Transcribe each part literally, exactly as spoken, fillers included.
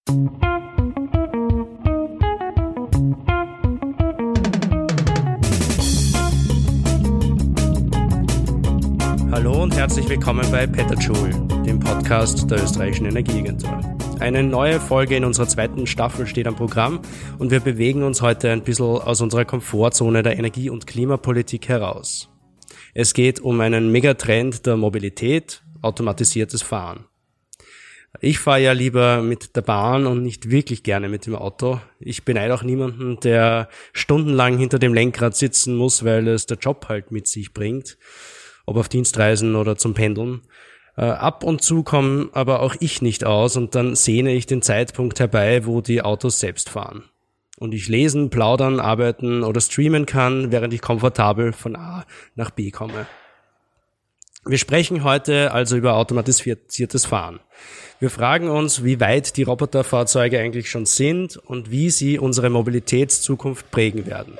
Hallo und herzlich willkommen bei Petajoule, dem Podcast der Österreichischen Energieagentur. Eine neue Folge in unserer zweiten Staffel steht am Programm und wir bewegen uns heute ein bisschen aus unserer Komfortzone der Energie- und Klimapolitik heraus. Es geht um einen Megatrend der Mobilität, automatisiertes Fahren. Ich fahre ja lieber mit der Bahn und nicht wirklich gerne mit dem Auto. Ich beneide auch niemanden, der stundenlang hinter dem Lenkrad sitzen muss, weil es der Job halt mit sich bringt, ob auf Dienstreisen oder zum Pendeln. Äh, ab und zu komme aber auch ich nicht aus und dann sehne ich den Zeitpunkt herbei, wo die Autos selbst fahren. Und ich lesen, plaudern, arbeiten oder streamen kann, während ich komfortabel von A nach B komme. Wir sprechen heute also über automatisiertes Fahren. Wir fragen uns, wie weit die Roboterfahrzeuge eigentlich schon sind und wie sie unsere Mobilitätszukunft prägen werden.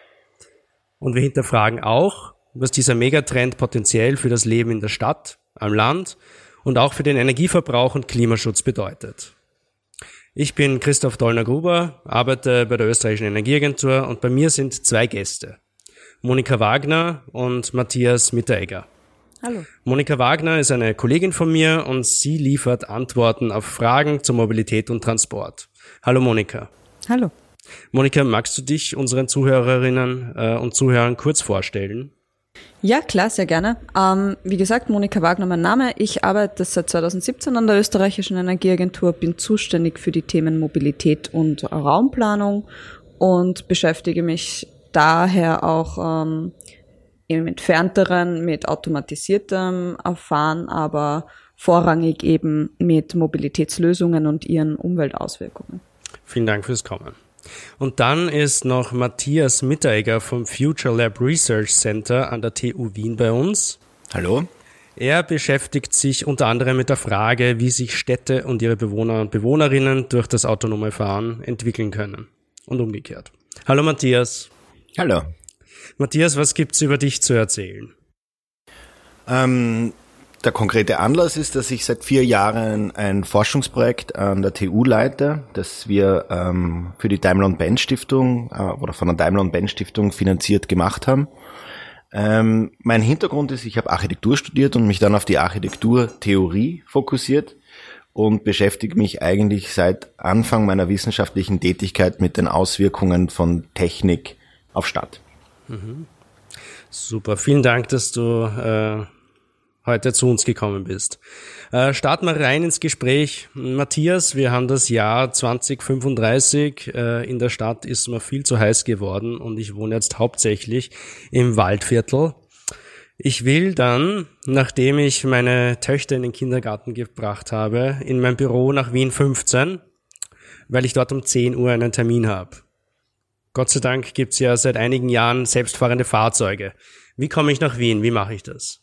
Und wir hinterfragen auch, was dieser Megatrend potenziell für das Leben in der Stadt, am Land und auch für den Energieverbrauch und Klimaschutz bedeutet. Ich bin Christoph Dollner-Gruber, arbeite bei der Österreichischen Energieagentur und bei mir sind zwei Gäste, Monika Wagner und Matthias Mitteregger. Hallo. Monika Wagner ist eine Kollegin von mir und sie liefert Antworten auf Fragen zur Mobilität und Transport. Hallo Monika. Hallo. Monika, magst du dich unseren Zuhörerinnen äh, und Zuhörern kurz vorstellen? Ja, klar, sehr gerne. Ähm, wie gesagt, Monika Wagner mein Name. Ich arbeite seit zweitausendsiebzehn an der Österreichischen Energieagentur, bin zuständig für die Themen Mobilität und Raumplanung und beschäftige mich daher auch ähm, im Entfernteren mit automatisiertem Fahren, aber vorrangig eben mit Mobilitätslösungen und ihren Umweltauswirkungen. Vielen Dank fürs Kommen. Und dann ist noch Matthias Mitteregger vom Future Lab Research Center an der T U Wien bei uns. Hallo. Er beschäftigt sich unter anderem mit der Frage, wie sich Städte und ihre Bewohner und Bewohnerinnen durch das autonome Fahren entwickeln können und umgekehrt. Hallo Matthias. Hallo. Matthias, was gibt's über dich zu erzählen? Ähm, der konkrete Anlass ist, dass ich seit vier Jahren ein Forschungsprojekt an der T U leite, das wir ähm, für die Daimler und Benz Stiftung äh, oder von der Daimler und Benz Stiftung finanziert gemacht haben. Ähm, mein Hintergrund ist, ich habe Architektur studiert und mich dann auf die Architekturtheorie fokussiert und beschäftige mich eigentlich seit Anfang meiner wissenschaftlichen Tätigkeit mit den Auswirkungen von Technik auf Stadt. Mhm. Super, vielen Dank, dass du äh, heute zu uns gekommen bist. Äh, starten wir rein ins Gespräch. Matthias, wir haben das Jahr zwanzig fünfunddreißig. Äh, in der Stadt ist mir viel zu heiß geworden und ich wohne jetzt hauptsächlich im Waldviertel. Ich will dann, nachdem ich meine Töchter in den Kindergarten gebracht habe, in mein Büro nach Wien fünfzehn, weil ich dort um zehn Uhr einen Termin habe. Gott sei Dank gibt's ja seit einigen Jahren selbstfahrende Fahrzeuge. Wie komme ich nach Wien? Wie mache ich das?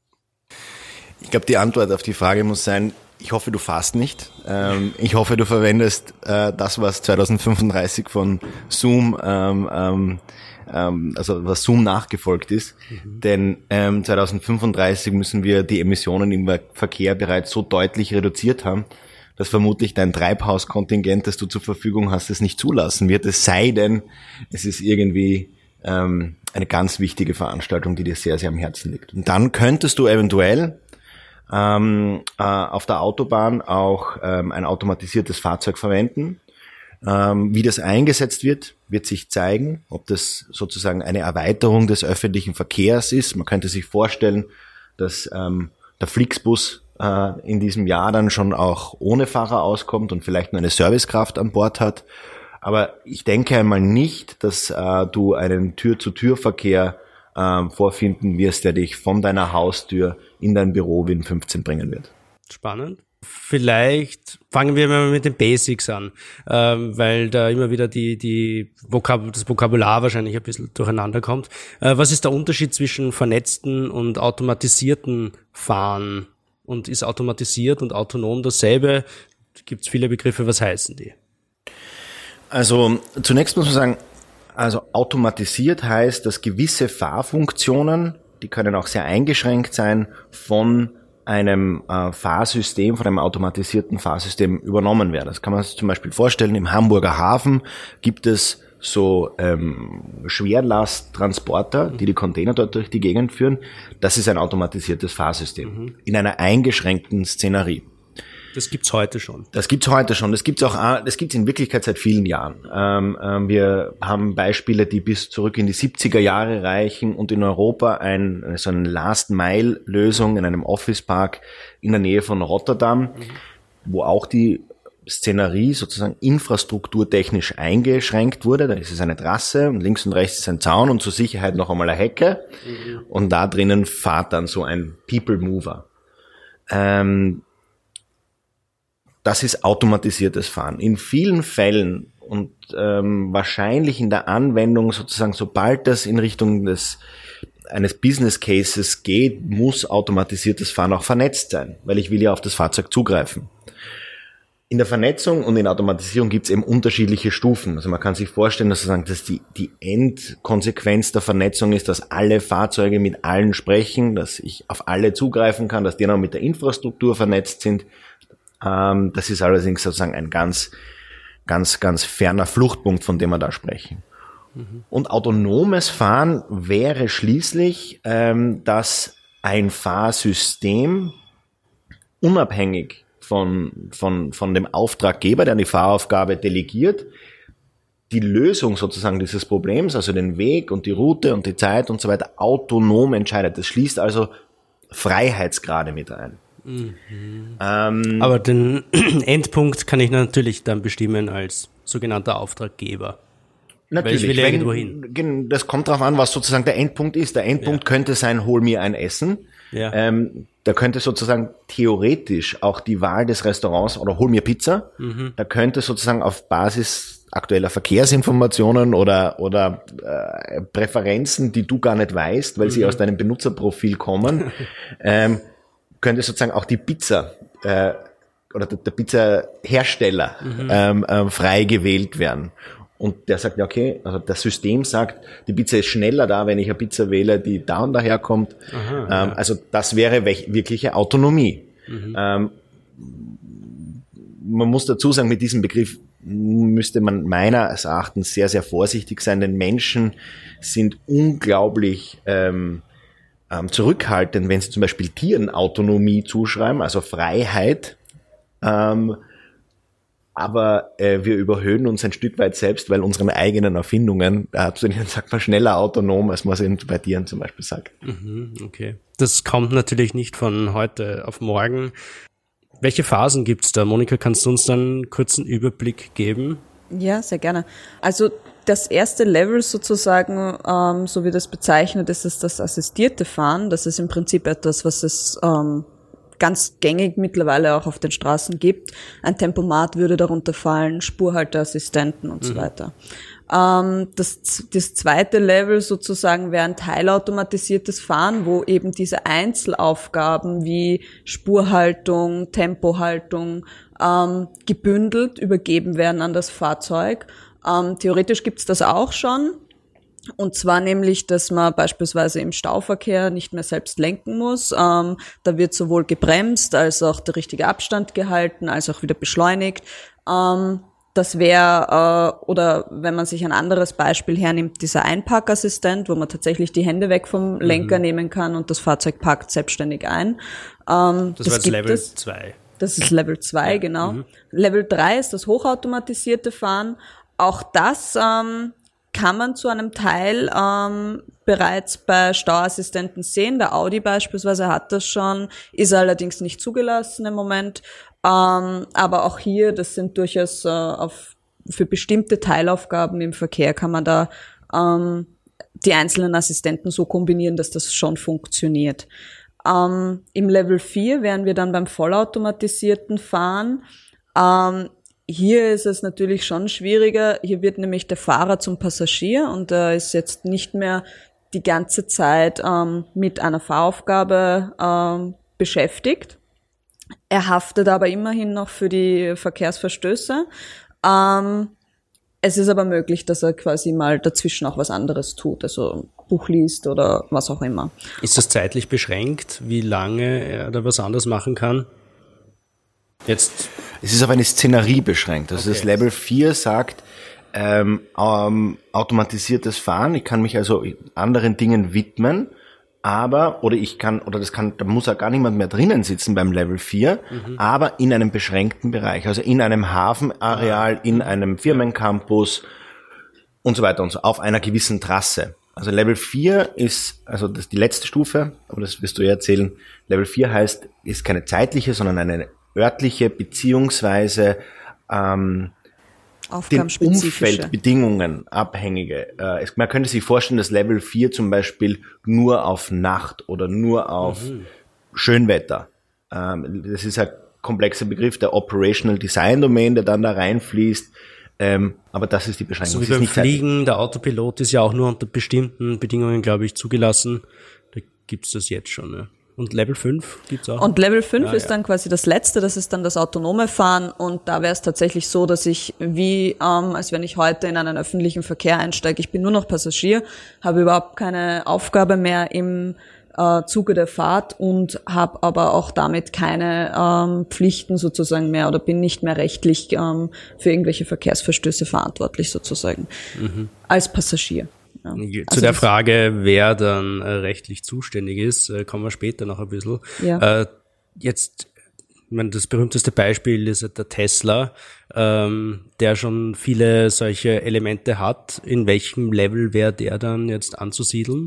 Ich glaube, die Antwort auf die Frage muss sein, ich hoffe, du fährst nicht. Ähm, ich hoffe, du verwendest äh, das, was zwanzig fünfunddreißig von Zoom, ähm, ähm, also was Zoom nachgefolgt ist. Mhm. Denn ähm, zwanzig fünfunddreißig müssen wir die Emissionen im Verkehr bereits so deutlich reduziert haben, dass vermutlich dein Treibhauskontingent, das du zur Verfügung hast, es nicht zulassen wird. Es sei denn, es ist irgendwie ähm, eine ganz wichtige Veranstaltung, die dir sehr, sehr am Herzen liegt. Und dann könntest du eventuell ähm, äh, auf der Autobahn auch ähm, ein automatisiertes Fahrzeug verwenden. Ähm, wie das eingesetzt wird, wird sich zeigen, ob das sozusagen eine Erweiterung des öffentlichen Verkehrs ist. Man könnte sich vorstellen, dass ähm, der Flixbus äh, in diesem Jahr dann schon auch ohne Fahrer auskommt und vielleicht nur eine Servicekraft an Bord hat. Aber ich denke einmal nicht, dass äh, du einen Tür-zu-Tür-Verkehr äh, vorfinden wirst, der dich von deiner Haustür in dein Büro Wien fünfzehn bringen wird. Spannend. Vielleicht fangen wir mal mit den Basics an, ähm, weil da immer wieder die, die Vokab- das Vokabular wahrscheinlich ein bisschen durcheinander kommt. Äh, was ist der Unterschied zwischen vernetzten und automatisierten Fahren? Und ist automatisiert und autonom dasselbe? Gibt es viele Begriffe, was heißen die? Also zunächst muss man sagen, also automatisiert heißt, dass gewisse Fahrfunktionen, die können auch sehr eingeschränkt sein, von einem äh, Fahrsystem, von einem automatisierten Fahrsystem übernommen werden. Das kann man sich zum Beispiel vorstellen, im Hamburger Hafen gibt es so ähm, Schwerlasttransporter, die die Container dort durch die Gegend führen. Das ist ein automatisiertes Fahrsystem mhm. in einer eingeschränkten Szenerie. Das gibt's heute schon. Das gibt's heute schon. Das gibt's auch, das gibt's in Wirklichkeit seit vielen Jahren. Ähm, ähm, wir haben Beispiele, die bis zurück in die siebziger Jahre reichen und in Europa ein, so eine Last-Mile-Lösung in einem Office-Park in der Nähe von Rotterdam, mhm. wo auch die Szenerie sozusagen infrastrukturtechnisch eingeschränkt wurde. Da ist es eine Trasse und links und rechts ist ein Zaun und zur Sicherheit noch einmal eine Hecke. Mhm. Und da drinnen fährt dann so ein People Mover. Ähm, Das ist automatisiertes Fahren. In vielen Fällen und ähm, wahrscheinlich in der Anwendung sozusagen, sobald das in Richtung des eines Business Cases geht, muss automatisiertes Fahren auch vernetzt sein, weil ich will ja auf das Fahrzeug zugreifen. In der Vernetzung und in Automatisierung gibt es eben unterschiedliche Stufen. Also man kann sich vorstellen, dass, sozusagen, dass die, die Endkonsequenz der Vernetzung ist, dass alle Fahrzeuge mit allen sprechen, dass ich auf alle zugreifen kann, dass die dann auch mit der Infrastruktur vernetzt sind. Das ist allerdings sozusagen ein ganz, ganz, ganz ferner Fluchtpunkt, von dem wir da sprechen. Mhm. Und autonomes Fahren wäre schließlich, ähm, dass ein Fahrsystem unabhängig von, von, von dem Auftraggeber, der die Fahraufgabe delegiert, die Lösung sozusagen dieses Problems, also den Weg und die Route und die Zeit und so weiter, autonom entscheidet. Das schließt also Freiheitsgrade mit ein. Mhm. Ähm, Aber den Endpunkt kann ich natürlich dann bestimmen als sogenannter Auftraggeber. Natürlich, weil ich will wenn, irgendwo hin. Das kommt darauf an, was sozusagen der Endpunkt ist. Der Endpunkt ja. könnte sein, hol mir ein Essen. Ja. Ähm, da könnte sozusagen theoretisch auch die Wahl des Restaurants oder hol mir Pizza. Mhm. Da könnte sozusagen auf Basis aktueller Verkehrsinformationen oder oder äh, Präferenzen, die du gar nicht weißt, weil mhm. sie aus deinem Benutzerprofil kommen, ähm, könnte sozusagen auch die Pizza äh, oder der, der Pizzahersteller mhm. ähm, ähm, frei gewählt werden. Und der sagt, ja okay, also das System sagt, die Pizza ist schneller da, wenn ich eine Pizza wähle, die da und daher kommt. Aha, ähm, ja. Also das wäre wirkliche Autonomie. Mhm. Ähm, man muss dazu sagen, mit diesem Begriff müsste man meines Erachtens sehr, sehr vorsichtig sein, denn Menschen sind unglaublich ähm, ähm, zurückhaltend, wenn sie zum Beispiel Tieren Autonomie zuschreiben, also Freiheit. Ähm, aber äh, wir überhöhen uns ein Stück weit selbst, weil unsere eigenen Erfindungen, da sagt man schneller autonom, als man es bei Tieren zum Beispiel sagt. Mhm, okay. Das kommt natürlich nicht von heute auf morgen. Welche Phasen gibt's da? Monika, kannst du uns dann einen kurzen Überblick geben? Ja, sehr gerne. Also das erste Level sozusagen, ähm, so wie das bezeichnet, ist es das assistierte Fahren. Das ist im Prinzip etwas, was es ähm, ganz gängig mittlerweile auch auf den Straßen gibt. Ein Tempomat würde darunter fallen, Spurhalteassistenten und mhm. so weiter. Ähm, das, das zweite Level sozusagen wäre ein teilautomatisiertes Fahren, wo eben diese Einzelaufgaben wie Spurhaltung, Tempohaltung ähm, gebündelt übergeben werden an das Fahrzeug. Ähm, theoretisch gibt's das auch schon. Und zwar nämlich, dass man beispielsweise im Stauverkehr nicht mehr selbst lenken muss. Ähm, da wird sowohl gebremst, als auch der richtige Abstand gehalten, als auch wieder beschleunigt. Ähm, das wäre, äh, oder wenn man sich ein anderes Beispiel hernimmt, dieser Einparkassistent, wo man tatsächlich die Hände weg vom Lenker mhm. nehmen kann und das Fahrzeug parkt selbstständig ein. Ähm, das, das war jetzt Level zwei. Das ist Level zwei, ja. genau. Mhm. Level drei ist das hochautomatisierte Fahren. Auch das ähm, kann man zu einem Teil ähm, bereits bei Stauassistenten sehen. Der Audi beispielsweise hat das schon, ist allerdings nicht zugelassen im Moment. Ähm, aber auch hier, das sind durchaus äh, auf für bestimmte Teilaufgaben im Verkehr kann man da ähm, die einzelnen Assistenten so kombinieren, dass das schon funktioniert. Ähm, im Level vier wären wir dann beim vollautomatisierten Fahren. Ähm, Hier ist es natürlich schon schwieriger. Hier wird nämlich der Fahrer zum Passagier und er ist jetzt nicht mehr die ganze Zeit ähm, mit einer Fahraufgabe ähm, beschäftigt. Er haftet aber immerhin noch für die Verkehrsverstöße. Ähm, es ist aber möglich, dass er quasi mal dazwischen auch was anderes tut. Also Logbuch liest oder was auch immer. Ist das zeitlich beschränkt, wie lange er da was anderes machen kann? Jetzt. Es ist auf eine Szenerie beschränkt. Also Okay. das Level vier sagt, ähm, ähm, automatisiertes Fahren. Ich kann mich also anderen Dingen widmen, aber, oder ich kann, oder das kann, da muss ja gar niemand mehr drinnen sitzen beim Level vier, mhm. aber in einem beschränkten Bereich, also in einem Hafenareal, in einem Firmencampus und so weiter und so, auf einer gewissen Trasse. Also Level vier ist, also das ist die letzte Stufe, aber das wirst du ja erzählen. Level vier heißt, ist keine zeitliche, sondern eine örtliche beziehungsweise ähm, den Umfeldbedingungen abhängige. Äh, es, man könnte sich vorstellen, dass Level vier zum Beispiel nur auf Nacht oder nur auf mhm. Schönwetter. Ähm, das ist ein komplexer Begriff, der Operational Design Domain, der dann da reinfließt. Ähm, aber das ist die Beschränkung. So wie beim Fliegen, der Autopilot ist ja auch nur unter bestimmten Bedingungen, glaube ich, zugelassen. Da gibt's das jetzt schon, ja. Und Level fünf gibt's auch. Und Level fünf ja, ist ja. dann quasi das letzte, das ist dann das autonome Fahren und da wäre es tatsächlich so, dass ich wie, ähm, als wenn ich heute in einen öffentlichen Verkehr einsteige, ich bin nur noch Passagier, habe überhaupt keine Aufgabe mehr im äh, Zuge der Fahrt und habe aber auch damit keine ähm, Pflichten sozusagen mehr oder bin nicht mehr rechtlich ähm, für irgendwelche Verkehrsverstöße verantwortlich sozusagen mhm. als Passagier. Ja. Zu also der Frage, wer dann äh, rechtlich zuständig ist, äh, kommen wir später noch ein bisschen. Ja. Äh, jetzt, ich meine, das berühmteste Beispiel ist der Tesla, ähm, der schon viele solche Elemente hat. In welchem Level wäre der dann jetzt anzusiedeln?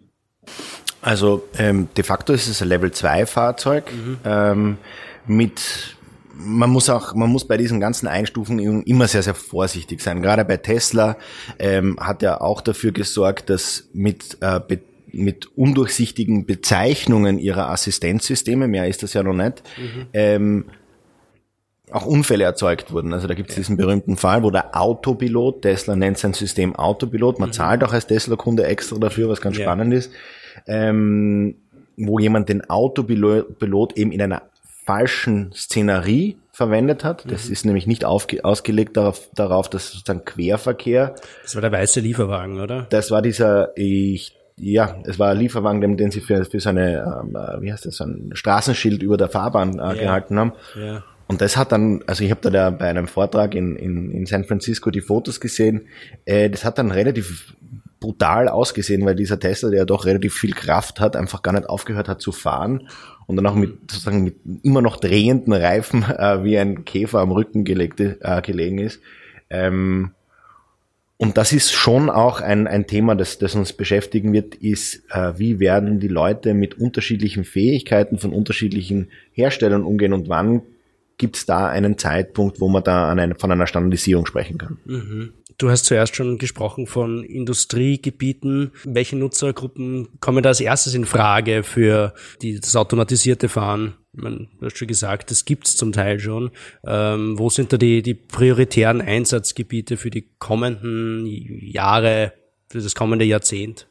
Also ähm, de facto ist es ein Level zwei Fahrzeug mhm. ähm, mit Man muss auch, man muss bei diesen ganzen Einstufungen immer sehr, sehr vorsichtig sein. Gerade bei Tesla ähm, hat er auch dafür gesorgt, dass mit äh, be, mit undurchsichtigen Bezeichnungen ihrer Assistenzsysteme, mehr ist das ja noch nicht, mhm. ähm, auch Unfälle erzeugt wurden. Also da gibt es ja. diesen berühmten Fall, wo der Autopilot, Tesla nennt sein System Autopilot, man mhm. zahlt auch als Tesla-Kunde extra dafür, was ganz ja. spannend ist, ähm, wo jemand den Autopilot eben in einer falschen Szenerie verwendet hat. Das mhm. ist nämlich nicht aufge- ausgelegt darauf, darauf, dass sozusagen Querverkehr. Das war der weiße Lieferwagen, oder? Das war dieser, ich, ja, es war ein Lieferwagen, den, den sie für, für so eine, ähm, wie heißt das, so ein Straßenschild über der Fahrbahn äh, ja. gehalten haben. Ja. Und das hat dann, also ich habe da, da bei einem Vortrag in, in, in San Francisco die Fotos gesehen, äh, das hat dann relativ brutal ausgesehen, weil dieser Tesla, der ja doch relativ viel Kraft hat, einfach gar nicht aufgehört hat zu fahren und dann auch mit sozusagen mit immer noch drehenden Reifen äh, wie ein Käfer am Rücken gelegte, äh, gelegen ist. Ähm, und das ist schon auch ein, ein Thema, das, das uns beschäftigen wird, ist, äh, wie werden die Leute mit unterschiedlichen Fähigkeiten von unterschiedlichen Herstellern umgehen und wann gibt es da einen Zeitpunkt, wo man da an eine, von einer Standardisierung sprechen kann. Mhm. Du hast zuerst schon gesprochen von Industriegebieten. Welche Nutzergruppen kommen da als erstes in Frage für die, das automatisierte Fahren? Ich meine, du hast schon gesagt, das gibt's zum Teil schon. Ähm, wo sind da die, die prioritären Einsatzgebiete für die kommenden Jahre, für das kommende Jahrzehnt?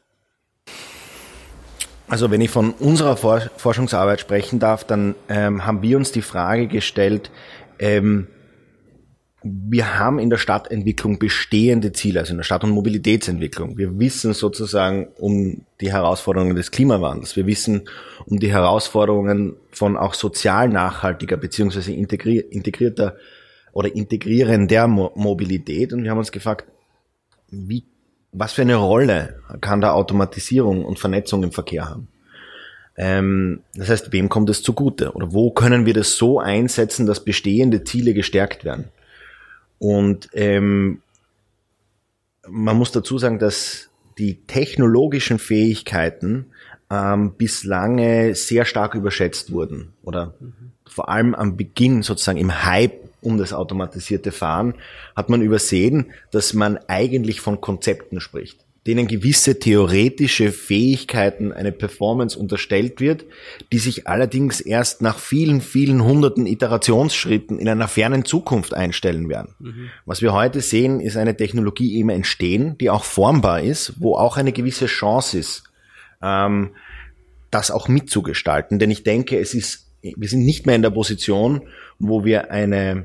Also wenn ich von unserer For- Forschungsarbeit sprechen darf, dann ähm, haben wir uns die Frage gestellt, ähm, wir haben in der Stadtentwicklung bestehende Ziele, also in der Stadt- und Mobilitätsentwicklung. Wir wissen sozusagen um die Herausforderungen des Klimawandels. Wir wissen um die Herausforderungen von auch sozial nachhaltiger beziehungsweise integri- integrierter oder integrierender Mo- Mobilität. Und wir haben uns gefragt, wie, was für eine Rolle kann da Automatisierung und Vernetzung im Verkehr haben? Ähm, das heißt, wem kommt es zugute? Oder wo können wir das so einsetzen, dass bestehende Ziele gestärkt werden? Und ähm, man muss dazu sagen, dass die technologischen Fähigkeiten ähm, bislang sehr stark überschätzt wurden. Oder mhm. vor allem am Beginn, sozusagen im Hype um das automatisierte Fahren, hat man übersehen, dass man eigentlich von Konzepten spricht, denen gewisse theoretische Fähigkeiten, eine Performance unterstellt wird, die sich allerdings erst nach vielen, vielen hunderten Iterationsschritten in einer fernen Zukunft einstellen werden. Mhm. Was wir heute sehen, ist eine Technologie eben entstehen, die auch formbar ist, wo auch eine gewisse Chance ist, ähm, das auch mitzugestalten. Denn ich denke, es ist, wir sind nicht mehr in der Position, wo wir eine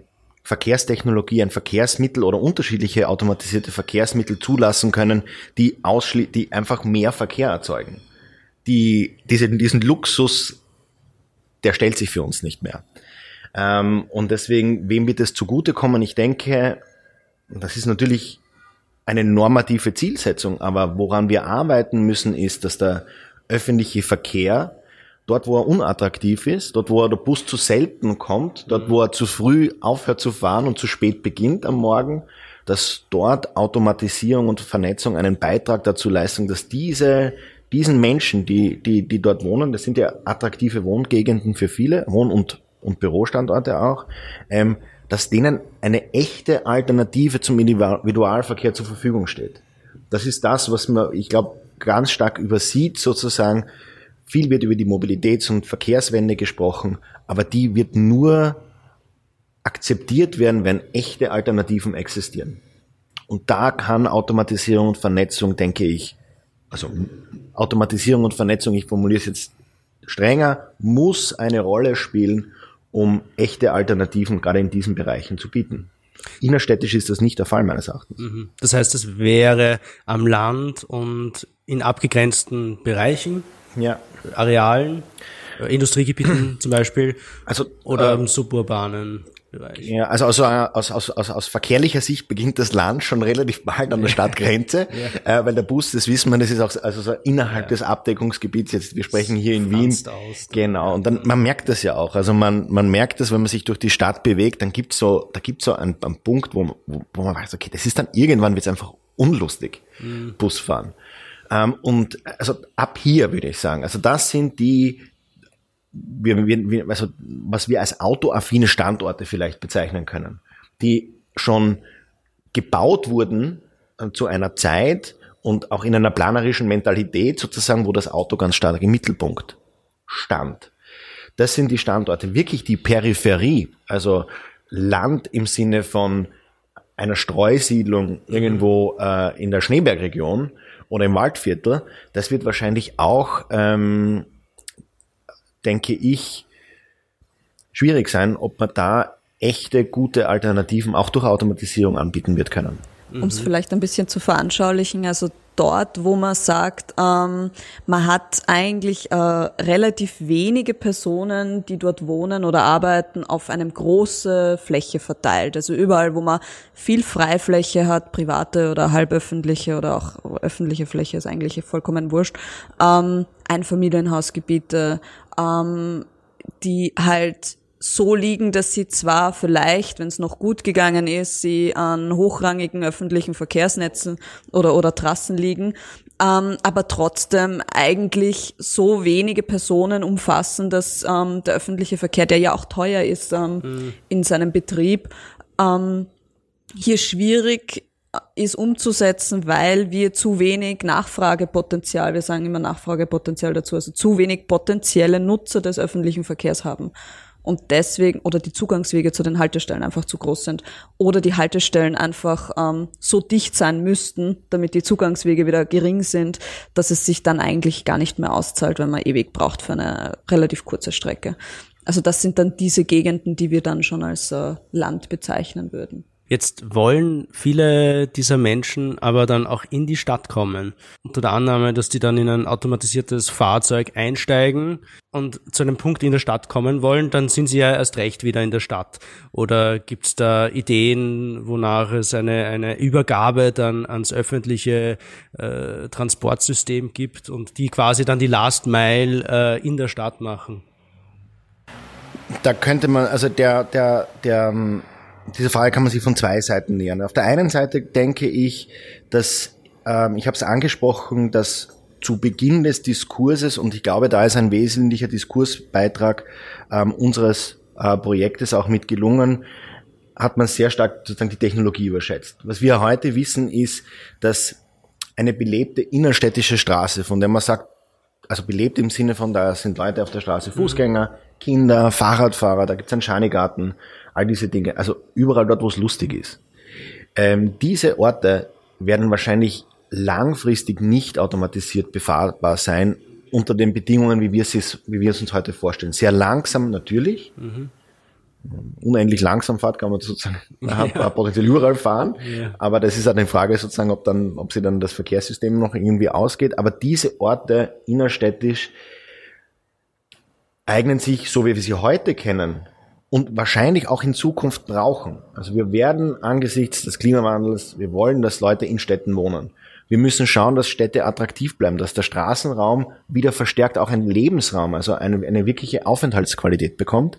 Verkehrstechnologie, ein Verkehrsmittel oder unterschiedliche automatisierte Verkehrsmittel zulassen können, die ausschli- die einfach mehr Verkehr erzeugen. Die, diese, diesen Luxus, der stellt sich für uns nicht mehr. Ähm, und deswegen, wem wird es zugutekommen? Ich denke, das ist natürlich eine normative Zielsetzung, aber woran wir arbeiten müssen, ist, dass der öffentliche Verkehr dort, wo er unattraktiv ist, dort, wo er der Bus zu selten kommt, dort, wo er zu früh aufhört zu fahren und zu spät beginnt am Morgen, dass dort Automatisierung und Vernetzung einen Beitrag dazu leisten, dass diese, diesen Menschen, die, die, die dort wohnen, das sind ja attraktive Wohngegenden für viele, Wohn- und, und Bürostandorte auch, ähm, dass denen eine echte Alternative zum Individualverkehr zur Verfügung steht. Das ist das, was man, ich glaube, ganz stark übersieht sozusagen. Viel wird über die Mobilitäts- und Verkehrswende gesprochen, aber die wird nur akzeptiert werden, wenn echte Alternativen existieren. Und da kann Automatisierung und Vernetzung, denke ich, also Automatisierung und Vernetzung, ich formuliere es jetzt strenger, muss eine Rolle spielen, um echte Alternativen gerade in diesen Bereichen zu bieten. Innerstädtisch ist das nicht der Fall, meines Erachtens. Das heißt, es wäre am Land und in abgegrenzten Bereichen, ja. Arealen, Industriegebieten zum Beispiel, also, oder im äh, suburbanen Bereich. Ja, also aus, aus, aus, aus, aus verkehrlicher Sicht beginnt das Land schon relativ bald an der Stadtgrenze, ja. äh, weil der Bus, das wissen wir, das ist auch also so innerhalb ja. des Abdeckungsgebiets. Jetzt, wir sprechen hier in Wien. Aus, genau, und dann man merkt das ja auch. Also man man merkt das, wenn man sich durch die Stadt bewegt, dann gibt's so, da gibt's so einen, einen Punkt, wo, wo, wo man weiß, okay, das ist dann irgendwann wird's einfach unlustig, mhm. Busfahren. Ähm, und also ab hier würde ich sagen, also das sind die Wir, wir, also was wir als autoaffine Standorte vielleicht bezeichnen können, die schon gebaut wurden äh, zu einer Zeit und auch in einer planerischen Mentalität sozusagen, wo das Auto ganz stark im Mittelpunkt stand. Das sind die Standorte, wirklich die Peripherie, also Land im Sinne von einer Streusiedlung irgendwo äh, in der Schneebergregion oder im Waldviertel. Das wird wahrscheinlich auch ähm, denke ich, schwierig sein, ob man da echte, gute Alternativen auch durch Automatisierung anbieten wird können. Um es vielleicht ein bisschen zu veranschaulichen, also dort, wo man sagt, ähm, man hat eigentlich äh, relativ wenige Personen, die dort wohnen oder arbeiten, auf eine große Fläche verteilt. Also überall, wo man viel Freifläche hat, private oder halböffentliche oder auch öffentliche Fläche, ist eigentlich vollkommen wurscht, ähm, Einfamilienhausgebiete, ähm, die halt so liegen, dass sie zwar vielleicht, wenn es noch gut gegangen ist, sie an hochrangigen öffentlichen Verkehrsnetzen oder oder Trassen liegen, ähm, aber trotzdem eigentlich so wenige Personen umfassen, dass ähm, der öffentliche Verkehr, der ja auch teuer ist ähm, mhm. in seinem Betrieb, ähm, hier schwierig ist umzusetzen, weil wir zu wenig Nachfragepotenzial, wir sagen immer Nachfragepotenzial dazu, also zu wenig potenzielle Nutzer des öffentlichen Verkehrs haben. Und deswegen, oder die Zugangswege zu den Haltestellen einfach zu groß sind. Oder die Haltestellen einfach ähm, so dicht sein müssten, damit die Zugangswege wieder gering sind, dass es sich dann eigentlich gar nicht mehr auszahlt, wenn man ewig braucht für eine relativ kurze Strecke. Also das sind dann diese Gegenden, die wir dann schon als äh, Land bezeichnen würden. Jetzt wollen viele dieser Menschen aber dann auch in die Stadt kommen. Unter der Annahme, dass die dann in ein automatisiertes Fahrzeug einsteigen und zu einem Punkt in der Stadt kommen wollen, dann sind sie ja erst recht wieder in der Stadt. Oder gibt es da Ideen, wonach es eine, eine Übergabe dann ans öffentliche äh, Transportsystem gibt und die quasi dann die Last Mile äh, in der Stadt machen? Da könnte man, also der, der, der, diese Frage kann man sich von zwei Seiten nähern. Auf der einen Seite denke ich, dass, ähm, ich habe es angesprochen, dass zu Beginn des Diskurses, und ich glaube, da ist ein wesentlicher Diskursbeitrag ähm, unseres äh, Projektes auch mit gelungen, hat man sehr stark sozusagen die Technologie überschätzt. Was wir heute wissen ist, dass eine belebte innerstädtische Straße, von der man sagt, also belebt im Sinne von, da sind Leute auf der Straße, Fußgänger, Kinder, Fahrradfahrer, da gibt es einen Schanigarten, all diese Dinge, also überall dort, wo es lustig ist. Ähm, diese Orte werden wahrscheinlich langfristig nicht automatisiert befahrbar sein, unter den Bedingungen, wie wir es, wie wir es uns heute vorstellen. Sehr langsam natürlich, mhm. unendlich langsam fährt, kann man sozusagen ja. potenziell überall fahren. Ja. Aber das ist halt eine Frage sozusagen, ob dann, ob sie dann das Verkehrssystem noch irgendwie ausgeht. Aber diese Orte innerstädtisch eignen sich, so wie wir sie heute kennen, und wahrscheinlich auch in Zukunft brauchen. Also wir werden angesichts des Klimawandels, wir wollen, dass Leute in Städten wohnen. Wir müssen schauen, dass Städte attraktiv bleiben, dass der Straßenraum wieder verstärkt auch einen Lebensraum, also eine, eine wirkliche Aufenthaltsqualität bekommt.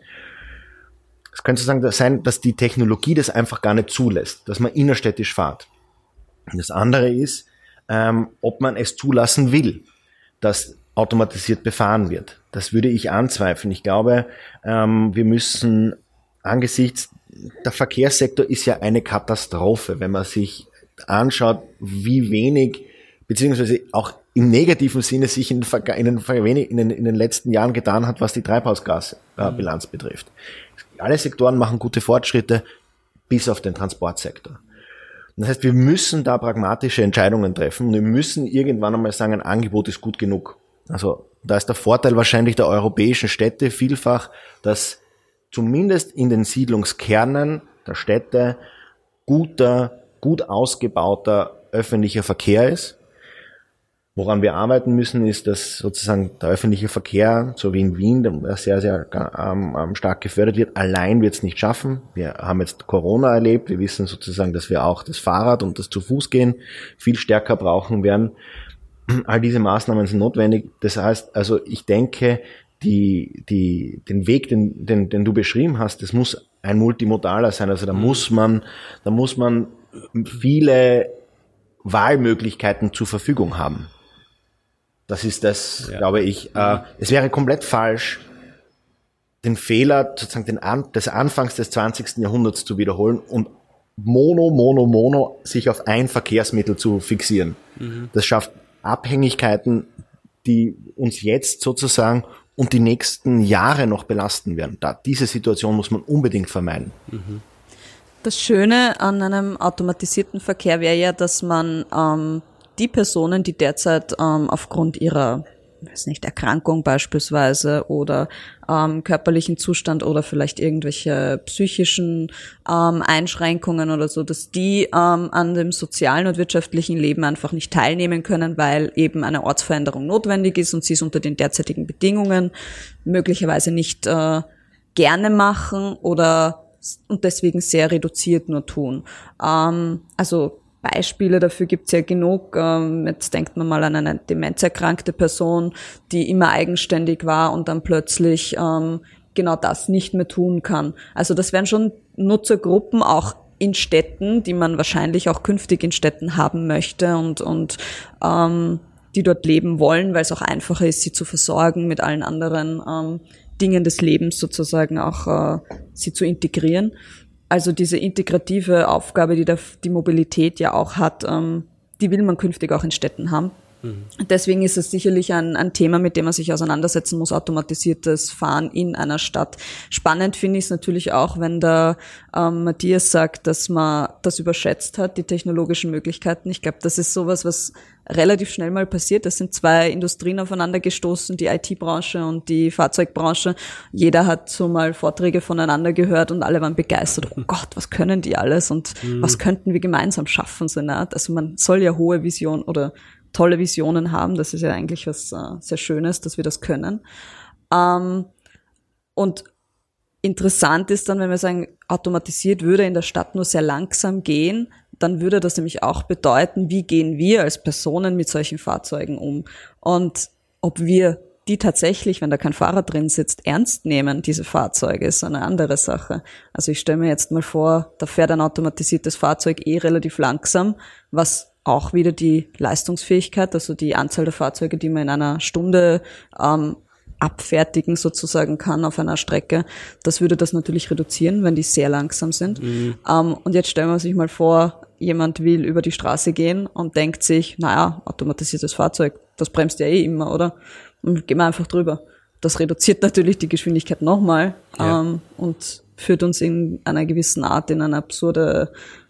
Es könnte sozusagen sein, dass die Technologie das einfach gar nicht zulässt, dass man innerstädtisch fährt. Und das andere ist, ähm, ob man es zulassen will, dass automatisiert befahren wird. Das würde ich anzweifeln. Ich glaube, ähm, wir müssen angesichts, der Verkehrssektor ist ja eine Katastrophe, wenn man sich anschaut, wie wenig, beziehungsweise auch im negativen Sinne sich in, in, den, in, den, in den letzten Jahren getan hat, was die Treibhausgasbilanz äh, betrifft. Alle Sektoren machen gute Fortschritte, bis auf den Transportsektor. Das heißt, wir müssen da pragmatische Entscheidungen treffen und wir müssen irgendwann einmal sagen, ein Angebot ist gut genug. Also da ist der Vorteil wahrscheinlich der europäischen Städte vielfach, dass zumindest in den Siedlungskernen der Städte guter, gut ausgebauter öffentlicher Verkehr ist. Woran wir arbeiten müssen, ist, dass sozusagen der öffentliche Verkehr, so wie in Wien, der sehr, sehr ähm, stark gefördert wird, allein wird es nicht schaffen. Wir haben jetzt Corona erlebt. Wir wissen sozusagen, dass wir auch das Fahrrad und das Zu-Fuß-Gehen viel stärker brauchen werden. All diese Maßnahmen sind notwendig. Das heißt, also ich denke, die, die, den Weg, den, den, den du beschrieben hast, das muss ein multimodaler sein. Also da muss man, da muss man viele Wahlmöglichkeiten zur Verfügung haben. Das ist das, ja. glaube ich. Äh, es wäre komplett falsch, den Fehler sozusagen den An- des Anfangs des zwanzigsten Jahrhunderts zu wiederholen und mono, mono, mono sich auf ein Verkehrsmittel zu fixieren. Mhm. Das schafft Abhängigkeiten, die uns jetzt sozusagen und die nächsten Jahre noch belasten werden. Da, diese Situation muss man unbedingt vermeiden. Das Schöne an einem automatisierten Verkehr wäre ja, dass man ähm, die Personen, die derzeit ähm, aufgrund ihrer, weiß nicht, Erkrankung beispielsweise oder ähm, körperlichen Zustand oder vielleicht irgendwelche psychischen ähm, Einschränkungen oder so, dass die ähm, an dem sozialen und wirtschaftlichen Leben einfach nicht teilnehmen können, weil eben eine Ortsveränderung notwendig ist und sie es unter den derzeitigen Bedingungen möglicherweise nicht äh, gerne machen oder und deswegen sehr reduziert nur tun. Ähm, also Beispiele dafür gibt's ja genug. Ähm, jetzt denkt man mal an eine demenzerkrankte Person, die immer eigenständig war und dann plötzlich ähm, genau das nicht mehr tun kann. Also das wären schon Nutzergruppen auch in Städten, die man wahrscheinlich auch künftig in Städten haben möchte und und ähm, die dort leben wollen, weil es auch einfacher ist, sie zu versorgen mit allen anderen ähm, Dingen des Lebens sozusagen auch äh, sie zu integrieren. Also diese integrative Aufgabe, die der, die Mobilität ja auch hat, ähm, die will man künftig auch in Städten haben. Mhm. Deswegen ist es sicherlich ein, ein Thema, mit dem man sich auseinandersetzen muss, automatisiertes Fahren in einer Stadt. Spannend finde ich es natürlich auch, wenn der ähm, Matthias sagt, dass man das überschätzt hat, die technologischen Möglichkeiten. Ich glaube, das ist sowas, was relativ schnell mal passiert. Es sind zwei Industrien aufeinander gestoßen, die I T-Branche und die Fahrzeugbranche. Jeder hat so mal Vorträge voneinander gehört und alle waren begeistert. Oh Gott, was können die alles und mhm. was könnten wir gemeinsam schaffen? So eine Art. Also man soll ja hohe Visionen oder tolle Visionen haben. Das ist ja eigentlich was äh, sehr Schönes, dass wir das können. Ähm, und interessant ist dann, wenn wir sagen, automatisiert würde in der Stadt nur sehr langsam gehen, dann würde das nämlich auch bedeuten, wie gehen wir als Personen mit solchen Fahrzeugen um und ob wir die tatsächlich, wenn da kein Fahrer drin sitzt, ernst nehmen, diese Fahrzeuge, ist eine andere Sache. Also ich stelle mir jetzt mal vor, da fährt ein automatisiertes Fahrzeug eh relativ langsam, was auch wieder die Leistungsfähigkeit, also die Anzahl der Fahrzeuge, die man in einer Stunde ähm, abfertigen sozusagen kann auf einer Strecke, das würde das natürlich reduzieren, wenn die sehr langsam sind. Mhm. Um, und jetzt stellen wir sich mal vor, jemand will über die Straße gehen und denkt sich, naja, automatisiertes Fahrzeug, das bremst ja eh immer, oder? Und gehen wir einfach drüber. Das reduziert natürlich die Geschwindigkeit nochmal ja. um, und führt uns in einer gewissen Art in eine absurde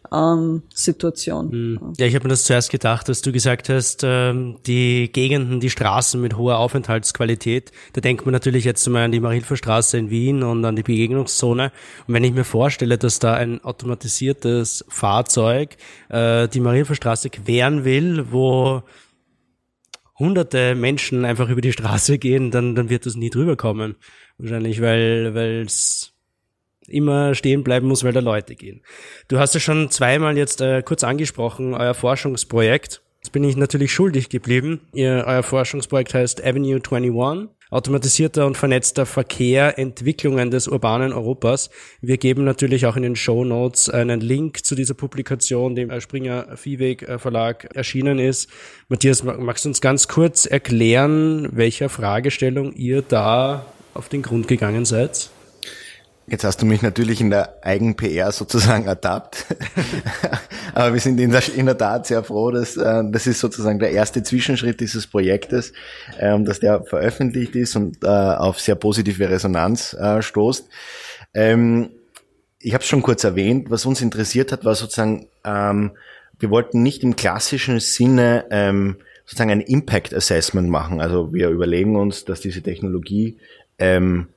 ähm, Situation. Ja, ich habe mir das zuerst gedacht, dass du gesagt hast, ähm, die Gegenden, die Straßen mit hoher Aufenthaltsqualität, da denkt man natürlich jetzt mal an die Marilferstraße in Wien und an die Begegnungszone. Und wenn ich mir vorstelle, dass da ein automatisiertes Fahrzeug äh, die Marilferstraße queren will, wo hunderte Menschen einfach über die Straße gehen, dann, dann wird das nie drüber kommen. Wahrscheinlich, weil, weil es immer stehen bleiben muss, weil da Leute gehen. Du hast ja schon zweimal jetzt äh, kurz angesprochen, euer Forschungsprojekt. Jetzt bin ich natürlich schuldig geblieben. Ihr, euer Forschungsprojekt heißt Avenue einundzwanzig. Automatisierter und vernetzter Verkehr, Entwicklungen des urbanen Europas. Wir geben natürlich auch in den Shownotes einen Link zu dieser Publikation, die im Springer Viehweg Verlag erschienen ist. Matthias, magst du uns ganz kurz erklären, welcher Fragestellung ihr da auf den Grund gegangen seid? Jetzt hast du mich natürlich in der Eigen-P R sozusagen ertappt. Aber wir sind in der, in der Tat sehr froh, dass äh, das ist sozusagen der erste Zwischenschritt dieses Projektes, ähm, dass der veröffentlicht ist und äh, auf sehr positive Resonanz äh, stoßt. Ähm, ich habe es schon kurz erwähnt, was uns interessiert hat, war sozusagen, ähm, wir wollten nicht im klassischen Sinne ähm, sozusagen ein Impact Assessment machen. Also wir überlegen uns, dass diese Technologie ähm,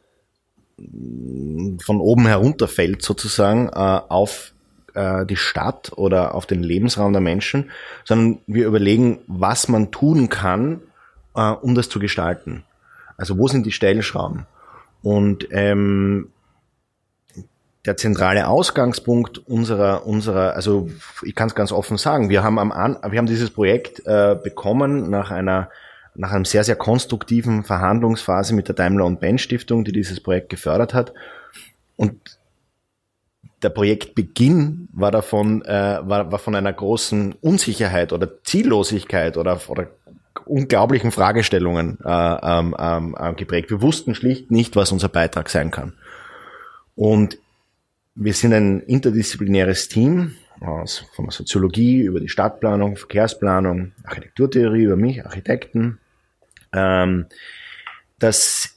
von oben herunterfällt sozusagen äh, auf äh, die Stadt oder auf den Lebensraum der Menschen, sondern wir überlegen, was man tun kann, äh, um das zu gestalten. Also wo sind die Stellschrauben? Und ähm, der zentrale Ausgangspunkt unserer, unserer, also ich kann es ganz offen sagen, wir haben am An, wir haben dieses Projekt äh, bekommen nach einer nach einem sehr, sehr konstruktiven Verhandlungsphase mit der Daimler- und Benz-Stiftung, die dieses Projekt gefördert hat. Und der Projektbeginn war davon, äh, war, war von einer großen Unsicherheit oder Ziellosigkeit oder, oder unglaublichen Fragestellungen äh, ähm, ähm, geprägt. Wir wussten schlicht nicht, was unser Beitrag sein kann. Und wir sind ein interdisziplinäres Team aus, von der Soziologie über die Stadtplanung, Verkehrsplanung, Architekturtheorie über mich, Architekten, ähm, dass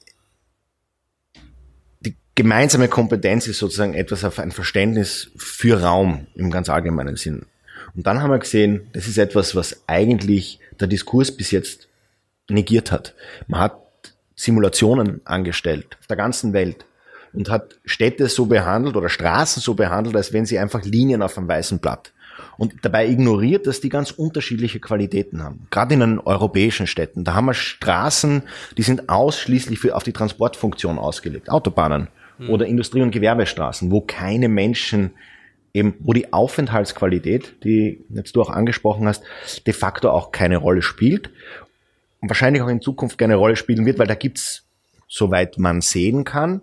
die gemeinsame Kompetenz ist sozusagen etwas auf ein Verständnis für Raum im ganz allgemeinen Sinn. Und dann haben wir gesehen, das ist etwas, was eigentlich der Diskurs bis jetzt negiert hat. Man hat Simulationen angestellt auf der ganzen Welt und hat Städte so behandelt oder Straßen so behandelt, als wenn sie einfach Linien auf einem weißen Blatt. Und dabei ignoriert, dass die ganz unterschiedliche Qualitäten haben. Gerade in den europäischen Städten, da haben wir Straßen, die sind ausschließlich für, auf die Transportfunktion ausgelegt. Autobahnen mhm. oder Industrie- und Gewerbestraßen, wo keine Menschen eben, wo die Aufenthaltsqualität, die jetzt du auch angesprochen hast, de facto auch keine Rolle spielt und wahrscheinlich auch in Zukunft keine Rolle spielen wird, weil da gibt's, soweit man sehen kann,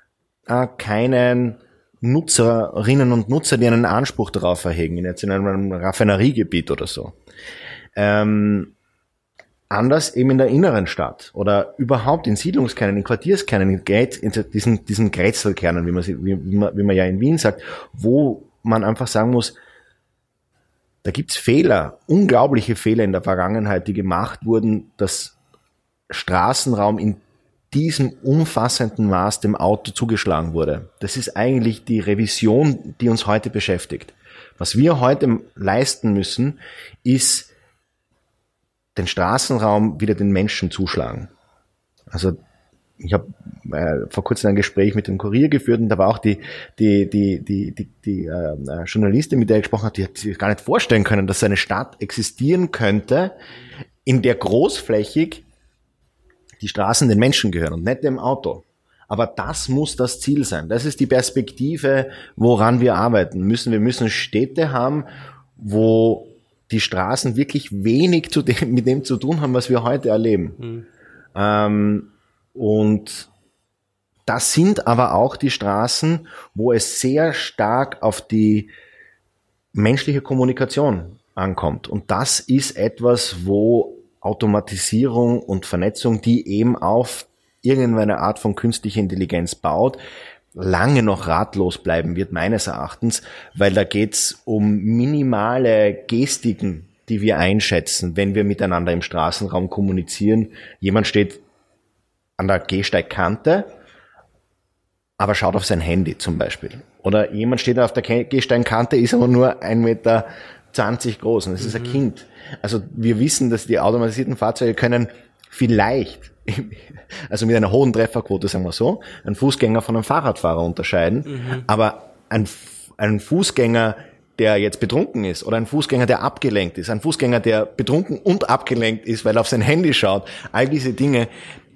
keinen Nutzerinnen und Nutzer, die einen Anspruch darauf erhegen, jetzt in einem Raffineriegebiet oder so. Ähm, anders eben in der inneren Stadt oder überhaupt in Siedlungskernen, in Quartierskernen, in, Grätz, in diesen, diesen Grätzelkernen, wie man, sie, wie, wie, man, wie man ja in Wien sagt, wo man einfach sagen muss, da gibt's Fehler, unglaubliche Fehler in der Vergangenheit, die gemacht wurden, dass Straßenraum in diesem umfassenden Maß dem Auto zugeschlagen wurde. Das ist eigentlich die Revision, die uns heute beschäftigt. Was wir heute leisten müssen, ist den Straßenraum wieder den Menschen zuschlagen. Also ich habe äh, vor kurzem ein Gespräch mit dem Kurier geführt und da war auch die die die die die, die äh, Journalistin, mit der ich gesprochen habe, die hat sich gar nicht vorstellen können, dass eine Stadt existieren könnte, in der großflächig die Straßen den Menschen gehören und nicht dem Auto. Aber das muss das Ziel sein. Das ist die Perspektive, woran wir arbeiten müssen. Wir müssen Städte haben, wo die Straßen wirklich wenig zu dem, mit dem zu tun haben, was wir heute erleben. Mhm. Ähm, und das sind aber auch die Straßen, wo es sehr stark auf die menschliche Kommunikation ankommt. Und das ist etwas, wo Automatisierung und Vernetzung, die eben auf irgendeine Art von künstlicher Intelligenz baut, lange noch ratlos bleiben wird, meines Erachtens, weil da geht's um minimale Gestiken, die wir einschätzen, wenn wir miteinander im Straßenraum kommunizieren. Jemand steht an der Gehsteigkante aber schaut auf sein Handy zum Beispiel. Oder jemand steht auf der Gehsteinkante, ist aber nur ein Meter zwanzig groß und es ist ein Kind. Also wir wissen, dass die automatisierten Fahrzeuge können vielleicht, also mit einer hohen Trefferquote, sagen wir so, einen Fußgänger von einem Fahrradfahrer unterscheiden, mhm. aber ein, ein Fußgänger, der jetzt betrunken ist, oder ein Fußgänger, der abgelenkt ist, ein Fußgänger, der betrunken und abgelenkt ist, weil er auf sein Handy schaut, all diese Dinge,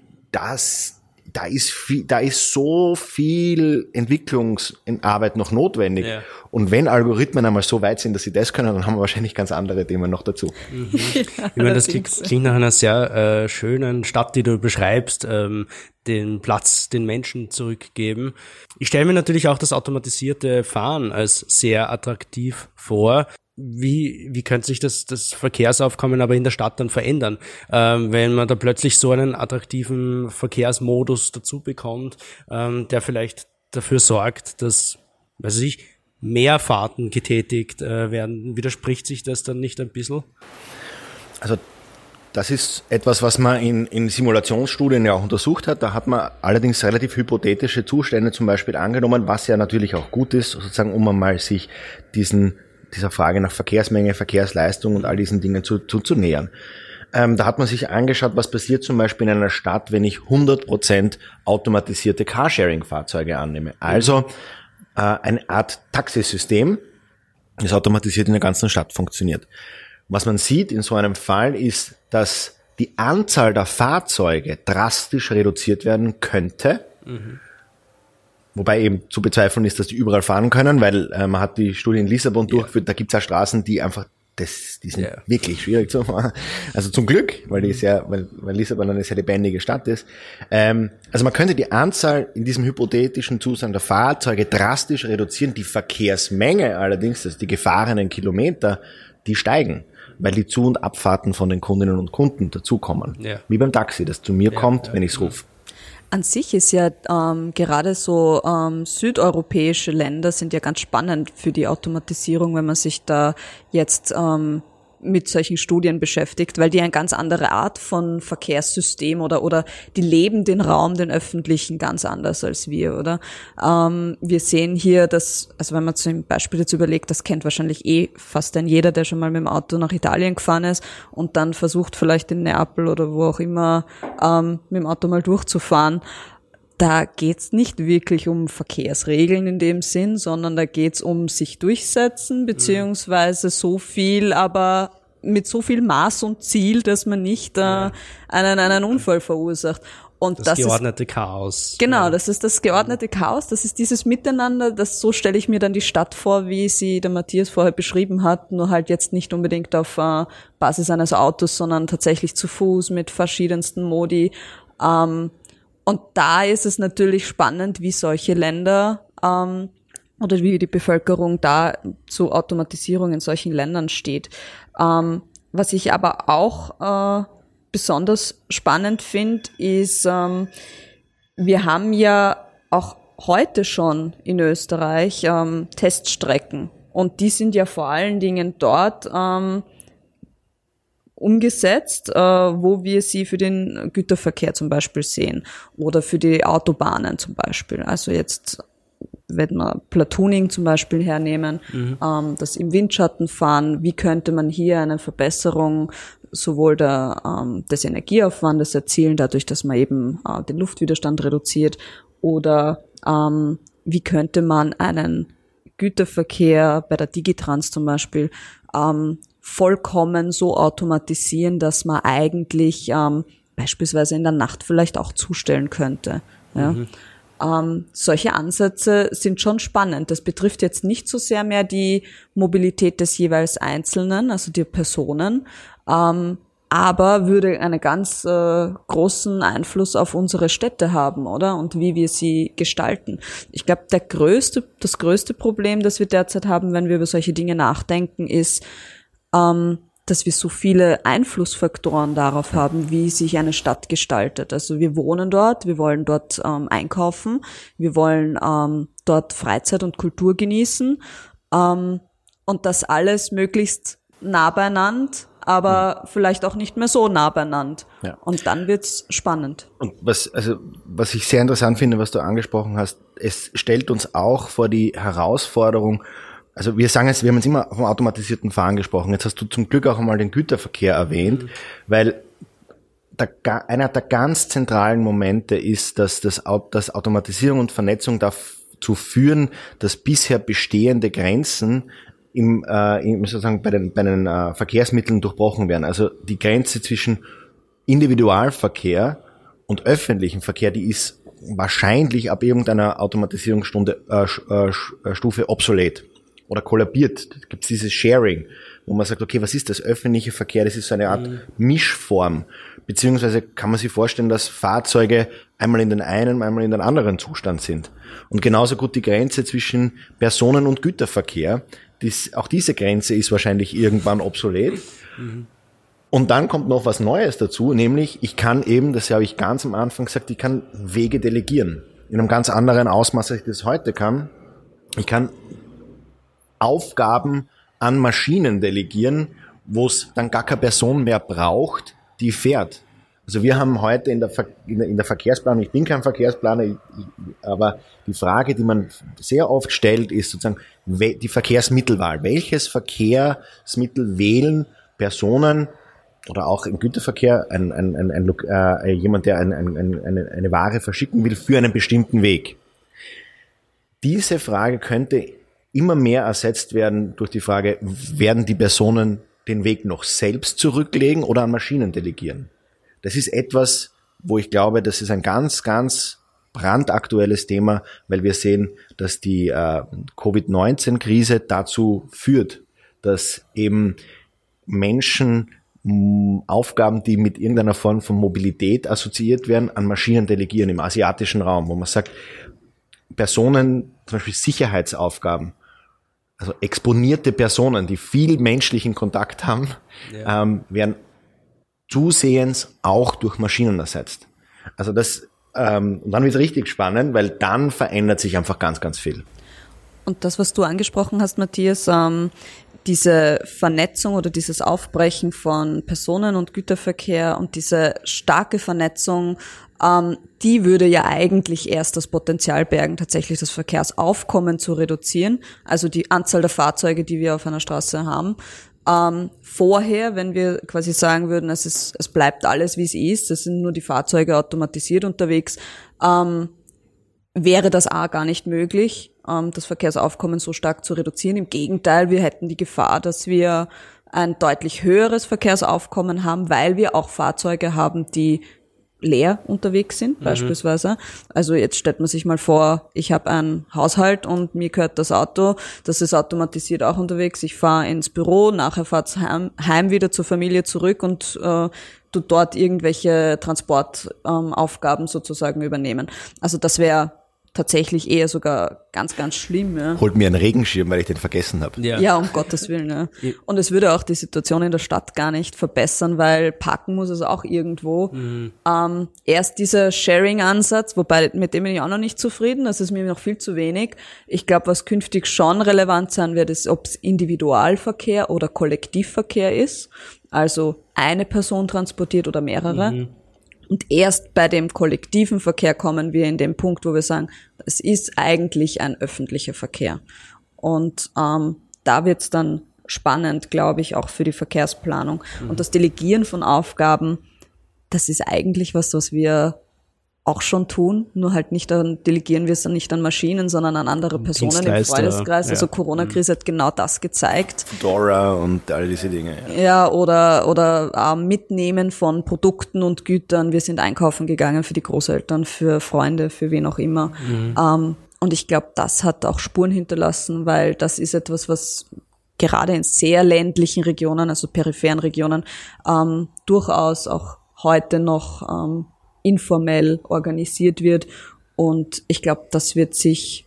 das Da ist viel, da ist so viel Entwicklungsarbeit noch notwendig. Ja. Und wenn Algorithmen einmal so weit sind, dass sie das können, dann haben wir wahrscheinlich ganz andere Themen noch dazu. Mhm. Ja, ich meine, das klingt, klingt nach einer sehr äh, schönen Stadt, die du beschreibst, ähm, den Platz den Menschen zurückgeben. Ich stelle mir natürlich auch das automatisierte Fahren als sehr attraktiv vor. Wie, wie könnte sich das, das Verkehrsaufkommen aber in der Stadt dann verändern, ähm, wenn man da plötzlich so einen attraktiven Verkehrsmodus dazu bekommt, ähm, der vielleicht dafür sorgt, dass, weiß ich, mehr Fahrten getätigt äh, werden? Widerspricht sich das dann nicht ein bisschen? Also das ist etwas, was man in, in Simulationsstudien ja auch untersucht hat. Da hat man allerdings relativ hypothetische Zustände zum Beispiel angenommen, was ja natürlich auch gut ist, sozusagen, um einmal sich diesen dieser Frage nach Verkehrsmenge, Verkehrsleistung und all diesen Dingen zu, zu, zu nähern. Ähm, da hat man sich angeschaut, was passiert zum Beispiel in einer Stadt, wenn ich hundert Prozent automatisierte Carsharing-Fahrzeuge annehme. Also äh, eine Art Taxisystem, das automatisiert in der ganzen Stadt funktioniert. Was man sieht in so einem Fall ist, dass die Anzahl der Fahrzeuge drastisch reduziert werden könnte, mhm. Wobei eben zu bezweifeln ist, dass die überall fahren können, weil äh, man hat die Studie in Lissabon yeah. durchgeführt, da gibt es auch Straßen, die einfach, das, die sind yeah. wirklich schwierig zu fahren. Also zum Glück, weil die sehr, weil, weil Lissabon eine sehr lebendige Stadt ist. Ähm, also man könnte die Anzahl in diesem hypothetischen Zustand der Fahrzeuge drastisch reduzieren, die Verkehrsmenge allerdings, also die gefahrenen Kilometer, die steigen, weil die Zu- und Abfahrten von den Kundinnen und Kunden dazukommen. Yeah. Wie beim Taxi, das zu mir yeah, kommt, yeah, wenn ich es rufe. An sich ist ja ähm, gerade so ähm, südeuropäische Länder sind ja ganz spannend für die Automatisierung, wenn man sich da jetzt ähm, mit solchen Studien beschäftigt, weil die eine ganz andere Art von Verkehrssystem oder oder die leben den Raum, den öffentlichen, ganz anders als wir, oder? Ähm, wir sehen hier, dass, also wenn man zum Beispiel jetzt überlegt, das kennt wahrscheinlich eh fast ein jeder, der schon mal mit dem Auto nach Italien gefahren ist und dann versucht vielleicht in Neapel oder wo auch immer ähm, mit dem Auto mal durchzufahren. Da geht's nicht wirklich um Verkehrsregeln in dem Sinn, sondern da geht's um sich durchsetzen, beziehungsweise so viel, aber mit so viel Maß und Ziel, dass man nicht äh, ja. einen, einen Unfall verursacht. Und das, das geordnete ist, Chaos. Genau, ja. das ist das geordnete Chaos, das ist dieses Miteinander, das so stelle ich mir dann die Stadt vor, wie sie der Matthias vorher beschrieben hat, nur halt jetzt nicht unbedingt auf äh, Basis eines Autos, sondern tatsächlich zu Fuß mit verschiedensten Modi. Ähm, Und da ist es natürlich spannend, wie solche Länder ähm, oder wie die Bevölkerung da zu Automatisierung in solchen Ländern steht. Ähm, was ich aber auch äh, besonders spannend finde, ist, ähm, wir haben ja auch heute schon in Österreich ähm, Teststrecken. Und die sind ja vor allen Dingen dort ähm, umgesetzt, äh, wo wir sie für den Güterverkehr zum Beispiel sehen oder für die Autobahnen zum Beispiel. Also jetzt, wenn wir Platooning zum Beispiel hernehmen, mhm. ähm, das im Windschatten fahren, wie könnte man hier eine Verbesserung sowohl der, ähm, des Energieaufwandes erzielen, dadurch, dass man eben äh, den Luftwiderstand reduziert, oder ähm, wie könnte man einen Güterverkehr bei der Digitrans zum Beispiel ähm, vollkommen so automatisieren, dass man eigentlich ähm, beispielsweise in der Nacht vielleicht auch zustellen könnte. Ja. Mhm. Ähm, solche Ansätze sind schon spannend. Das betrifft jetzt nicht so sehr mehr die Mobilität des jeweils Einzelnen, also die Personen, ähm, aber würde einen ganz äh, großen Einfluss auf unsere Städte haben, oder? Und wie wir sie gestalten. Ich glaube, der größte, das größte Problem, das wir derzeit haben, wenn wir über solche Dinge nachdenken, ist, ähm, dass wir so viele Einflussfaktoren darauf haben, wie sich eine Stadt gestaltet. Also wir wohnen dort, wir wollen dort ähm, einkaufen, wir wollen ähm, dort Freizeit und Kultur genießen, ähm, und das alles möglichst nah beieinander, aber ja. vielleicht auch nicht mehr so nah beieinander. Ja. Und dann wird's spannend. Und was, also, was ich sehr interessant finde, was du angesprochen hast, es stellt uns auch vor die Herausforderung, also wir sagen jetzt, wir haben jetzt immer vom automatisierten Fahren gesprochen, jetzt hast du zum Glück auch einmal den Güterverkehr erwähnt, mhm. weil der, einer der ganz zentralen Momente ist, dass das, dass Automatisierung und Vernetzung dazu führen, dass bisher bestehende Grenzen im, äh, im sozusagen bei den, bei den äh, Verkehrsmitteln durchbrochen werden. Also die Grenze zwischen Individualverkehr und öffentlichen Verkehr, die ist wahrscheinlich ab irgendeiner Automatisierungsstunde äh, äh, Stufe obsolet oder kollabiert. Da gibt es dieses Sharing, wo man sagt, okay, was ist das? Öffentliche Verkehr, das ist so eine Art mhm. Mischform. Beziehungsweise kann man sich vorstellen, dass Fahrzeuge einmal in den einen, einmal in den anderen Zustand sind. Und genauso gut die Grenze zwischen Personen- und Güterverkehr. Dies, auch diese Grenze ist wahrscheinlich irgendwann obsolet. Mhm. Und dann kommt noch was Neues dazu, nämlich ich kann eben, das habe ich ganz am Anfang gesagt, ich kann Wege delegieren. In einem ganz anderen Ausmaß, als ich das heute kann. Ich kann Aufgaben an Maschinen delegieren, wo es dann gar keine Person mehr braucht, die fährt. Also wir haben heute in der, Ver- in der, in der Verkehrsplanung, ich bin kein Verkehrsplaner, ich, ich, aber die Frage, die man sehr oft stellt, ist sozusagen we- die Verkehrsmittelwahl. Welches Verkehrsmittel wählen Personen oder auch im Güterverkehr ein, ein, ein, ein, äh, jemand, der ein, ein, ein, eine, eine Ware verschicken will für einen bestimmten Weg? Diese Frage könnte immer mehr ersetzt werden durch die Frage, werden die Personen den Weg noch selbst zurücklegen oder an Maschinen delegieren? Das ist etwas, wo ich glaube, das ist ein ganz, ganz brandaktuelles Thema, weil wir sehen, dass die äh, Covid neunzehn Krise dazu führt, dass eben Menschen mh, Aufgaben, die mit irgendeiner Form von Mobilität assoziiert werden, an Maschinen delegieren im asiatischen Raum, wo man sagt, Personen, zum Beispiel Sicherheitsaufgaben, also exponierte Personen, die viel menschlichen Kontakt haben, ja. ähm, werden zusehends auch durch Maschinen ersetzt. Also das, ähm, und dann wird es richtig spannend, weil dann verändert sich einfach ganz, ganz viel. Und das, was du angesprochen hast, Matthias, ähm, diese Vernetzung oder dieses Aufbrechen von Personen- und Güterverkehr und diese starke Vernetzung, ähm, die würde ja eigentlich erst das Potenzial bergen, tatsächlich das Verkehrsaufkommen zu reduzieren, also die Anzahl der Fahrzeuge, die wir auf einer Straße haben. Ähm, vorher, wenn wir quasi sagen würden, es ist, es bleibt alles, wie es ist, es sind nur die Fahrzeuge automatisiert unterwegs, ähm, wäre das A gar nicht möglich, ähm, das Verkehrsaufkommen so stark zu reduzieren. Im Gegenteil, wir hätten die Gefahr, dass wir ein deutlich höheres Verkehrsaufkommen haben, weil wir auch Fahrzeuge haben, die leer unterwegs sind, mhm. beispielsweise. Also jetzt stellt man sich mal vor, ich habe einen Haushalt und mir gehört das Auto, das ist automatisiert auch unterwegs. Ich fahre ins Büro, nachher fahrt's heim, heim wieder zur Familie zurück und äh, tu dort irgendwelche Transportaufgaben ähm, sozusagen übernehmen. Also das wäre tatsächlich eher sogar ganz, ganz schlimm. Ja. Holt mir einen Regenschirm, weil ich den vergessen habe. Ja. ja, um Gottes Willen. Ja. Und es würde auch die Situation in der Stadt gar nicht verbessern, weil parken muss es auch irgendwo. Mhm. Ähm, erst dieser Sharing-Ansatz, wobei mit dem bin ich auch noch nicht zufrieden, das ist mir noch viel zu wenig. Ich glaube, was künftig schon relevant sein wird, ist, ob es Individualverkehr oder Kollektivverkehr ist. Also eine Person transportiert oder mehrere. Mhm. Und erst bei dem kollektiven Verkehr kommen wir in den Punkt, wo wir sagen, es ist eigentlich ein öffentlicher Verkehr. Und ähm, da wird's dann spannend, glaube ich, auch für die Verkehrsplanung. Mhm. Und das Delegieren von Aufgaben, das ist eigentlich was, was wir auch schon tun, nur halt nicht, dann delegieren wir es dann nicht an Maschinen, sondern an andere Personen im Freundeskreis. Ja. Also Corona-Krise mhm. hat genau das gezeigt. Dora und all diese Dinge. Ja, ja oder oder äh, Mitnehmen von Produkten und Gütern. Wir sind einkaufen gegangen für die Großeltern, für Freunde, für wen auch immer. Mhm. Ähm, und ich glaube, das hat auch Spuren hinterlassen, weil das ist etwas, was gerade in sehr ländlichen Regionen, also peripheren Regionen, ähm, durchaus auch heute noch ähm, informell organisiert wird, und ich glaube, das wird sich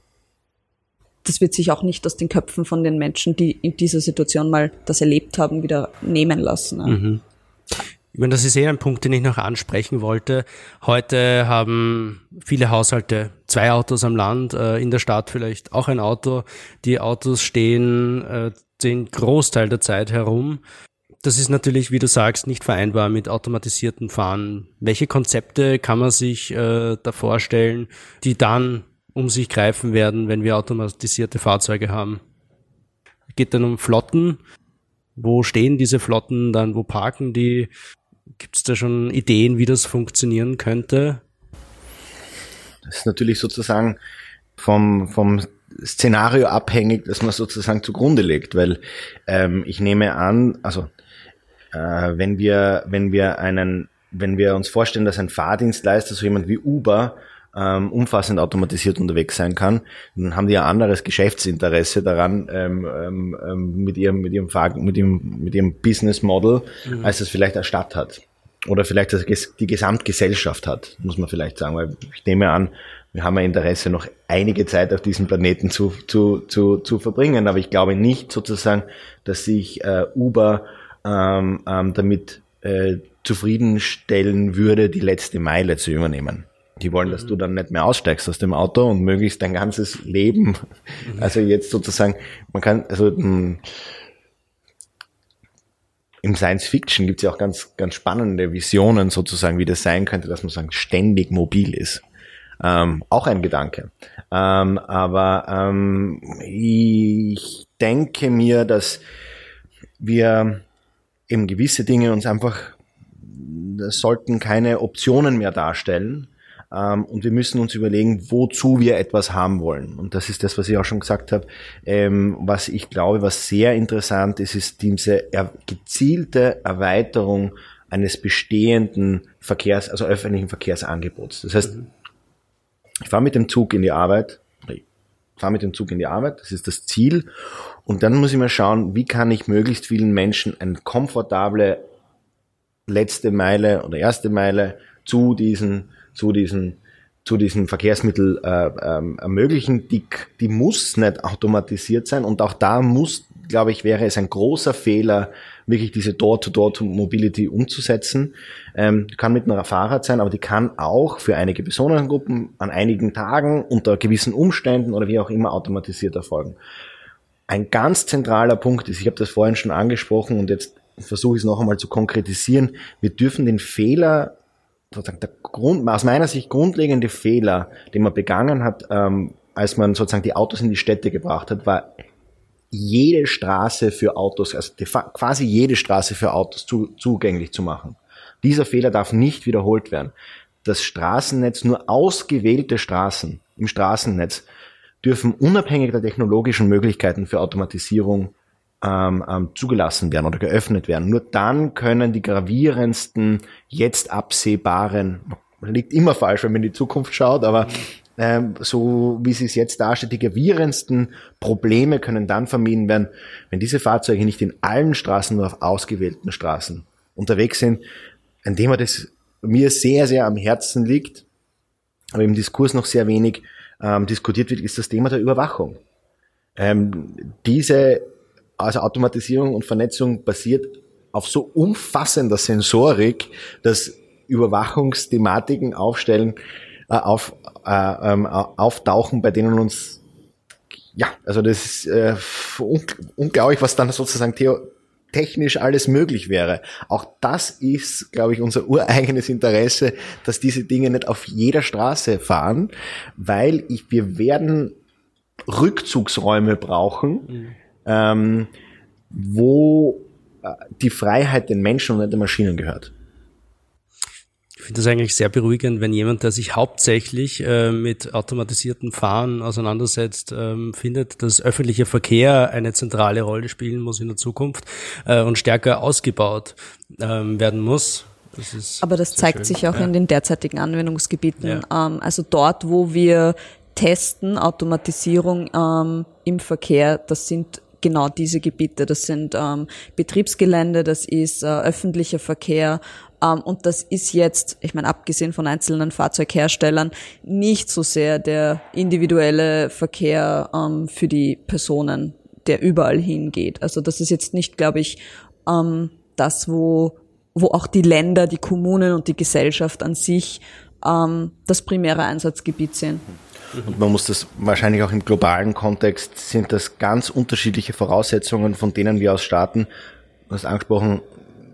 das wird sich auch nicht aus den Köpfen von den Menschen, die in dieser Situation mal das erlebt haben, wieder nehmen lassen. Ja. Mhm. Ich meine, das ist eh ein Punkt, den ich noch ansprechen wollte. Heute haben viele Haushalte zwei Autos am Land, äh, in der Stadt vielleicht auch ein Auto. Die Autos stehen äh, den Großteil der Zeit herum. Das ist natürlich, wie du sagst, nicht vereinbar mit automatisierten Fahren. Welche Konzepte kann man sich äh, da vorstellen, die dann um sich greifen werden, wenn wir automatisierte Fahrzeuge haben. Es geht dann um Flotten. Wo stehen diese Flotten dann? Wo parken die? Gibt es da schon Ideen, wie das funktionieren könnte? Das ist natürlich sozusagen vom, vom Szenario abhängig, dass man sozusagen zugrunde legt, weil ähm, ich nehme an, also äh, wenn wir, wenn wir einen, wenn wir uns vorstellen, dass ein Fahrdienstleister, so jemand wie Uber, ähm, umfassend automatisiert unterwegs sein kann, dann haben die ein anderes Geschäftsinteresse daran, ähm, ähm, mit ihrem, mit ihrem Fahr- mit ihrem, mit ihrem Business Model, mhm. als es vielleicht eine Stadt hat. Oder vielleicht das, die Gesamtgesellschaft hat, muss man vielleicht sagen, weil ich nehme an, wir haben ein Interesse, noch einige Zeit auf diesem Planeten zu, zu, zu, zu verbringen, aber ich glaube nicht sozusagen, dass sich äh, Uber ähm, ähm, damit äh, zufriedenstellen würde, die letzte Meile zu übernehmen. Die wollen, dass du dann nicht mehr aussteigst aus dem Auto und möglichst dein ganzes Leben, also jetzt sozusagen, man kann, also mh, im Science Fiction gibt es ja auch ganz, ganz spannende Visionen sozusagen, wie das sein könnte, dass man sagen, ständig mobil ist. Ähm, auch ein Gedanke. Ähm, aber ähm, ich denke mir, dass wir eben gewisse Dinge uns einfach, das sollten keine Optionen mehr darstellen. Um, und wir müssen uns überlegen, wozu wir etwas haben wollen. Und das ist das, was ich auch schon gesagt habe. Ähm, was ich glaube, was sehr interessant ist, ist diese er- gezielte Erweiterung eines bestehenden Verkehrs, also öffentlichen Verkehrsangebots. Das heißt, ich fahre mit dem Zug in die Arbeit, ich fahre mit dem Zug in die Arbeit, das ist das Ziel. Und dann muss ich mal schauen, wie kann ich möglichst vielen Menschen eine komfortable letzte Meile oder erste Meile zu diesen zu diesen zu diesen Verkehrsmittel äh, ähm, ermöglichen. Die, die muss nicht automatisiert sein und auch da muss, glaube ich, wäre es ein großer Fehler, wirklich diese Door-to-Door-Mobility umzusetzen. Ähm, die kann mit einem Fahrrad sein, aber die kann auch für einige Personengruppen an einigen Tagen unter gewissen Umständen oder wie auch immer automatisiert erfolgen. Ein ganz zentraler Punkt ist, ich habe das vorhin schon angesprochen und jetzt versuche ich es noch einmal zu konkretisieren, wir dürfen den Fehler sozusagen der Grund, aus meiner Sicht grundlegende Fehler, den man begangen hat, ähm, als man sozusagen die Autos in die Städte gebracht hat, war jede Straße für Autos, also die, quasi jede Straße für Autos zu, zugänglich zu machen. Dieser Fehler darf nicht wiederholt werden. Das Straßennetz, nur ausgewählte Straßen im Straßennetz dürfen unabhängig der technologischen Möglichkeiten für Automatisierung Ähm, ähm, zugelassen werden oder geöffnet werden. Nur dann können die gravierendsten, jetzt absehbaren, liegt immer falsch, wenn man in die Zukunft schaut, aber ähm, so wie sie es jetzt darstellt, die gravierendsten Probleme können dann vermieden werden, wenn diese Fahrzeuge nicht in allen Straßen, nur auf ausgewählten Straßen unterwegs sind. Ein Thema, das mir sehr, sehr am Herzen liegt, aber im Diskurs noch sehr wenig ähm, diskutiert wird, ist das Thema der Überwachung. Ähm, diese Also Automatisierung und Vernetzung basiert auf so umfassender Sensorik, dass Überwachungsthematiken aufstellen, äh, auf, äh, ähm, auftauchen, bei denen uns, ja, also das ist äh, un- unglaublich, was dann sozusagen theo- technisch alles möglich wäre. Auch das ist, glaube ich, unser ureigenes Interesse, dass diese Dinge nicht auf jeder Straße fahren, weil ich, wir werden Rückzugsräume brauchen, mhm. Ähm, wo äh, die Freiheit den Menschen und nicht den Maschinen gehört. Ich finde das eigentlich sehr beruhigend, wenn jemand, der sich hauptsächlich äh, mit automatisierten Fahren auseinandersetzt, ähm, findet, dass öffentlicher Verkehr eine zentrale Rolle spielen muss in der Zukunft äh, und stärker ausgebaut ähm, werden muss. Das ist Aber das zeigt schön. sich auch ja. in den derzeitigen Anwendungsgebieten. Ja. Ähm, also dort, wo wir testen, Automatisierung ähm, im Verkehr, das sind genau diese Gebiete. Das sind ähm, Betriebsgelände, das ist äh, öffentlicher Verkehr ähm, und das ist jetzt, ich meine, abgesehen von einzelnen Fahrzeugherstellern, nicht so sehr der individuelle Verkehr ähm, für die Personen, der überall hingeht. Also das ist jetzt nicht, glaube ich, ähm, das, wo wo auch die Länder, die Kommunen und die Gesellschaft an sich ähm, das primäre Einsatzgebiet sehen. Und man muss das wahrscheinlich auch im globalen Kontext, sind das ganz unterschiedliche Voraussetzungen, von denen wir aus starten. Du hast angesprochen,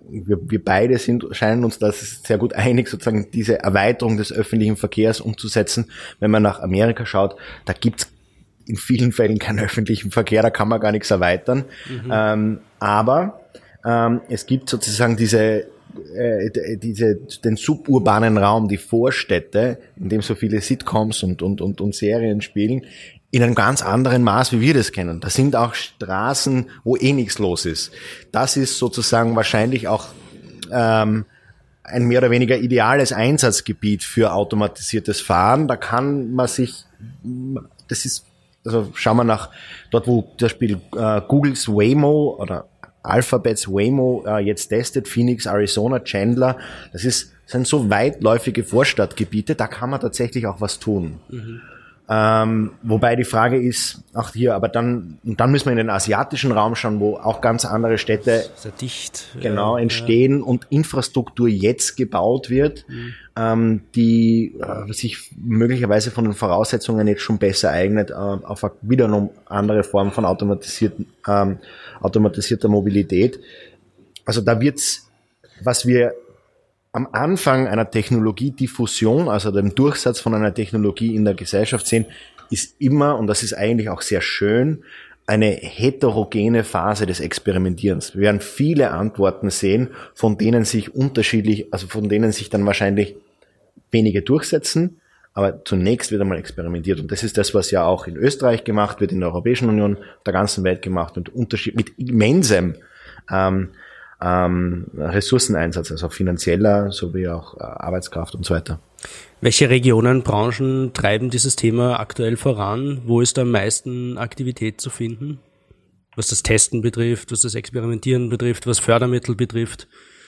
wir, wir beide sind, scheinen uns das sehr gut einig, sozusagen diese Erweiterung des öffentlichen Verkehrs umzusetzen. Wenn man nach Amerika schaut, da gibt's in vielen Fällen keinen öffentlichen Verkehr, da kann man gar nichts erweitern. Mhm. Ähm, aber ähm, es gibt sozusagen diese, äh, diese, den suburbanen Raum, die Vorstädte, in dem so viele Sitcoms und, und, und, und Serien spielen, in einem ganz anderen Maß, wie wir das kennen. Da sind auch Straßen, wo eh nichts los ist. Das ist sozusagen wahrscheinlich auch ähm, ein mehr oder weniger ideales Einsatzgebiet für automatisiertes Fahren. Da kann man sich, das ist, also schauen wir nach dort, wo zum Beispiel äh, Googles Waymo oder Alphabets Waymo äh, jetzt testet, Phoenix, Arizona, Chandler. Das ist, sind so weitläufige Vorstadtgebiete, da kann man tatsächlich auch was tun. Mhm. Ähm, wobei die Frage ist, auch hier, aber dann, und dann müssen wir in den asiatischen Raum schauen, wo auch ganz andere Städte sehr dicht genau ja, entstehen ja. und Infrastruktur jetzt gebaut wird, mhm. ähm, die äh, sich möglicherweise von den Voraussetzungen jetzt schon besser eignet, äh, auf eine wiederum andere Form von automatisierten, ähm, automatisierter Mobilität. Also da wird's, was wir am Anfang einer Technologiediffusion, also dem Durchsatz von einer Technologie in der Gesellschaft sehen, ist immer, und das ist eigentlich auch sehr schön, eine heterogene Phase des Experimentierens. Wir werden viele Antworten sehen, von denen sich unterschiedlich, also von denen sich dann wahrscheinlich wenige durchsetzen, aber zunächst wird einmal experimentiert. Und das ist das, was ja auch in Österreich gemacht wird, in der Europäischen Union, der ganzen Welt gemacht und Unterschied mit immensem ähm, Ähm, Ressourceneinsatz, also finanzieller sowie auch äh, Arbeitskraft und so weiter. Welche Regionen, Branchen treiben dieses Thema aktuell voran? Wo ist da am meisten Aktivität zu finden? Was das Testen betrifft, was das Experimentieren betrifft, was Fördermittel betrifft?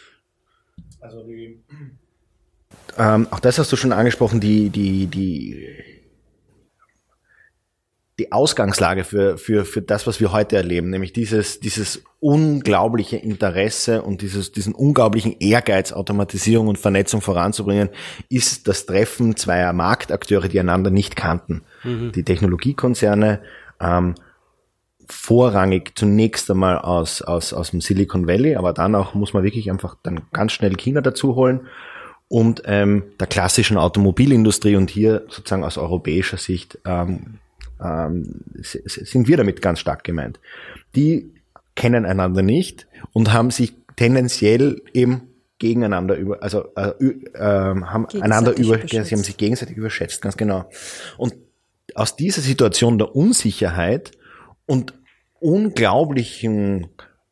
Also die, ähm, auch das hast du schon angesprochen, die die die die Ausgangslage für, für, für das, was wir heute erleben, nämlich dieses, dieses unglaubliche Interesse und dieses, diesen unglaublichen Ehrgeiz, Automatisierung und Vernetzung voranzubringen, ist das Treffen zweier Marktakteure, die einander nicht kannten. Mhm. Die Technologiekonzerne, ähm, vorrangig zunächst einmal aus, aus, aus dem Silicon Valley, aber dann auch muss man wirklich einfach dann ganz schnell China dazu holen und, ähm, der klassischen Automobilindustrie und hier sozusagen aus europäischer Sicht, ähm, Ähm, sind wir damit ganz stark gemeint. Die kennen einander nicht und haben sich tendenziell eben gegeneinander über, also äh, äh, haben einander über, sie haben sich gegenseitig überschätzt, ganz genau. Und aus dieser Situation der Unsicherheit und unglaublichen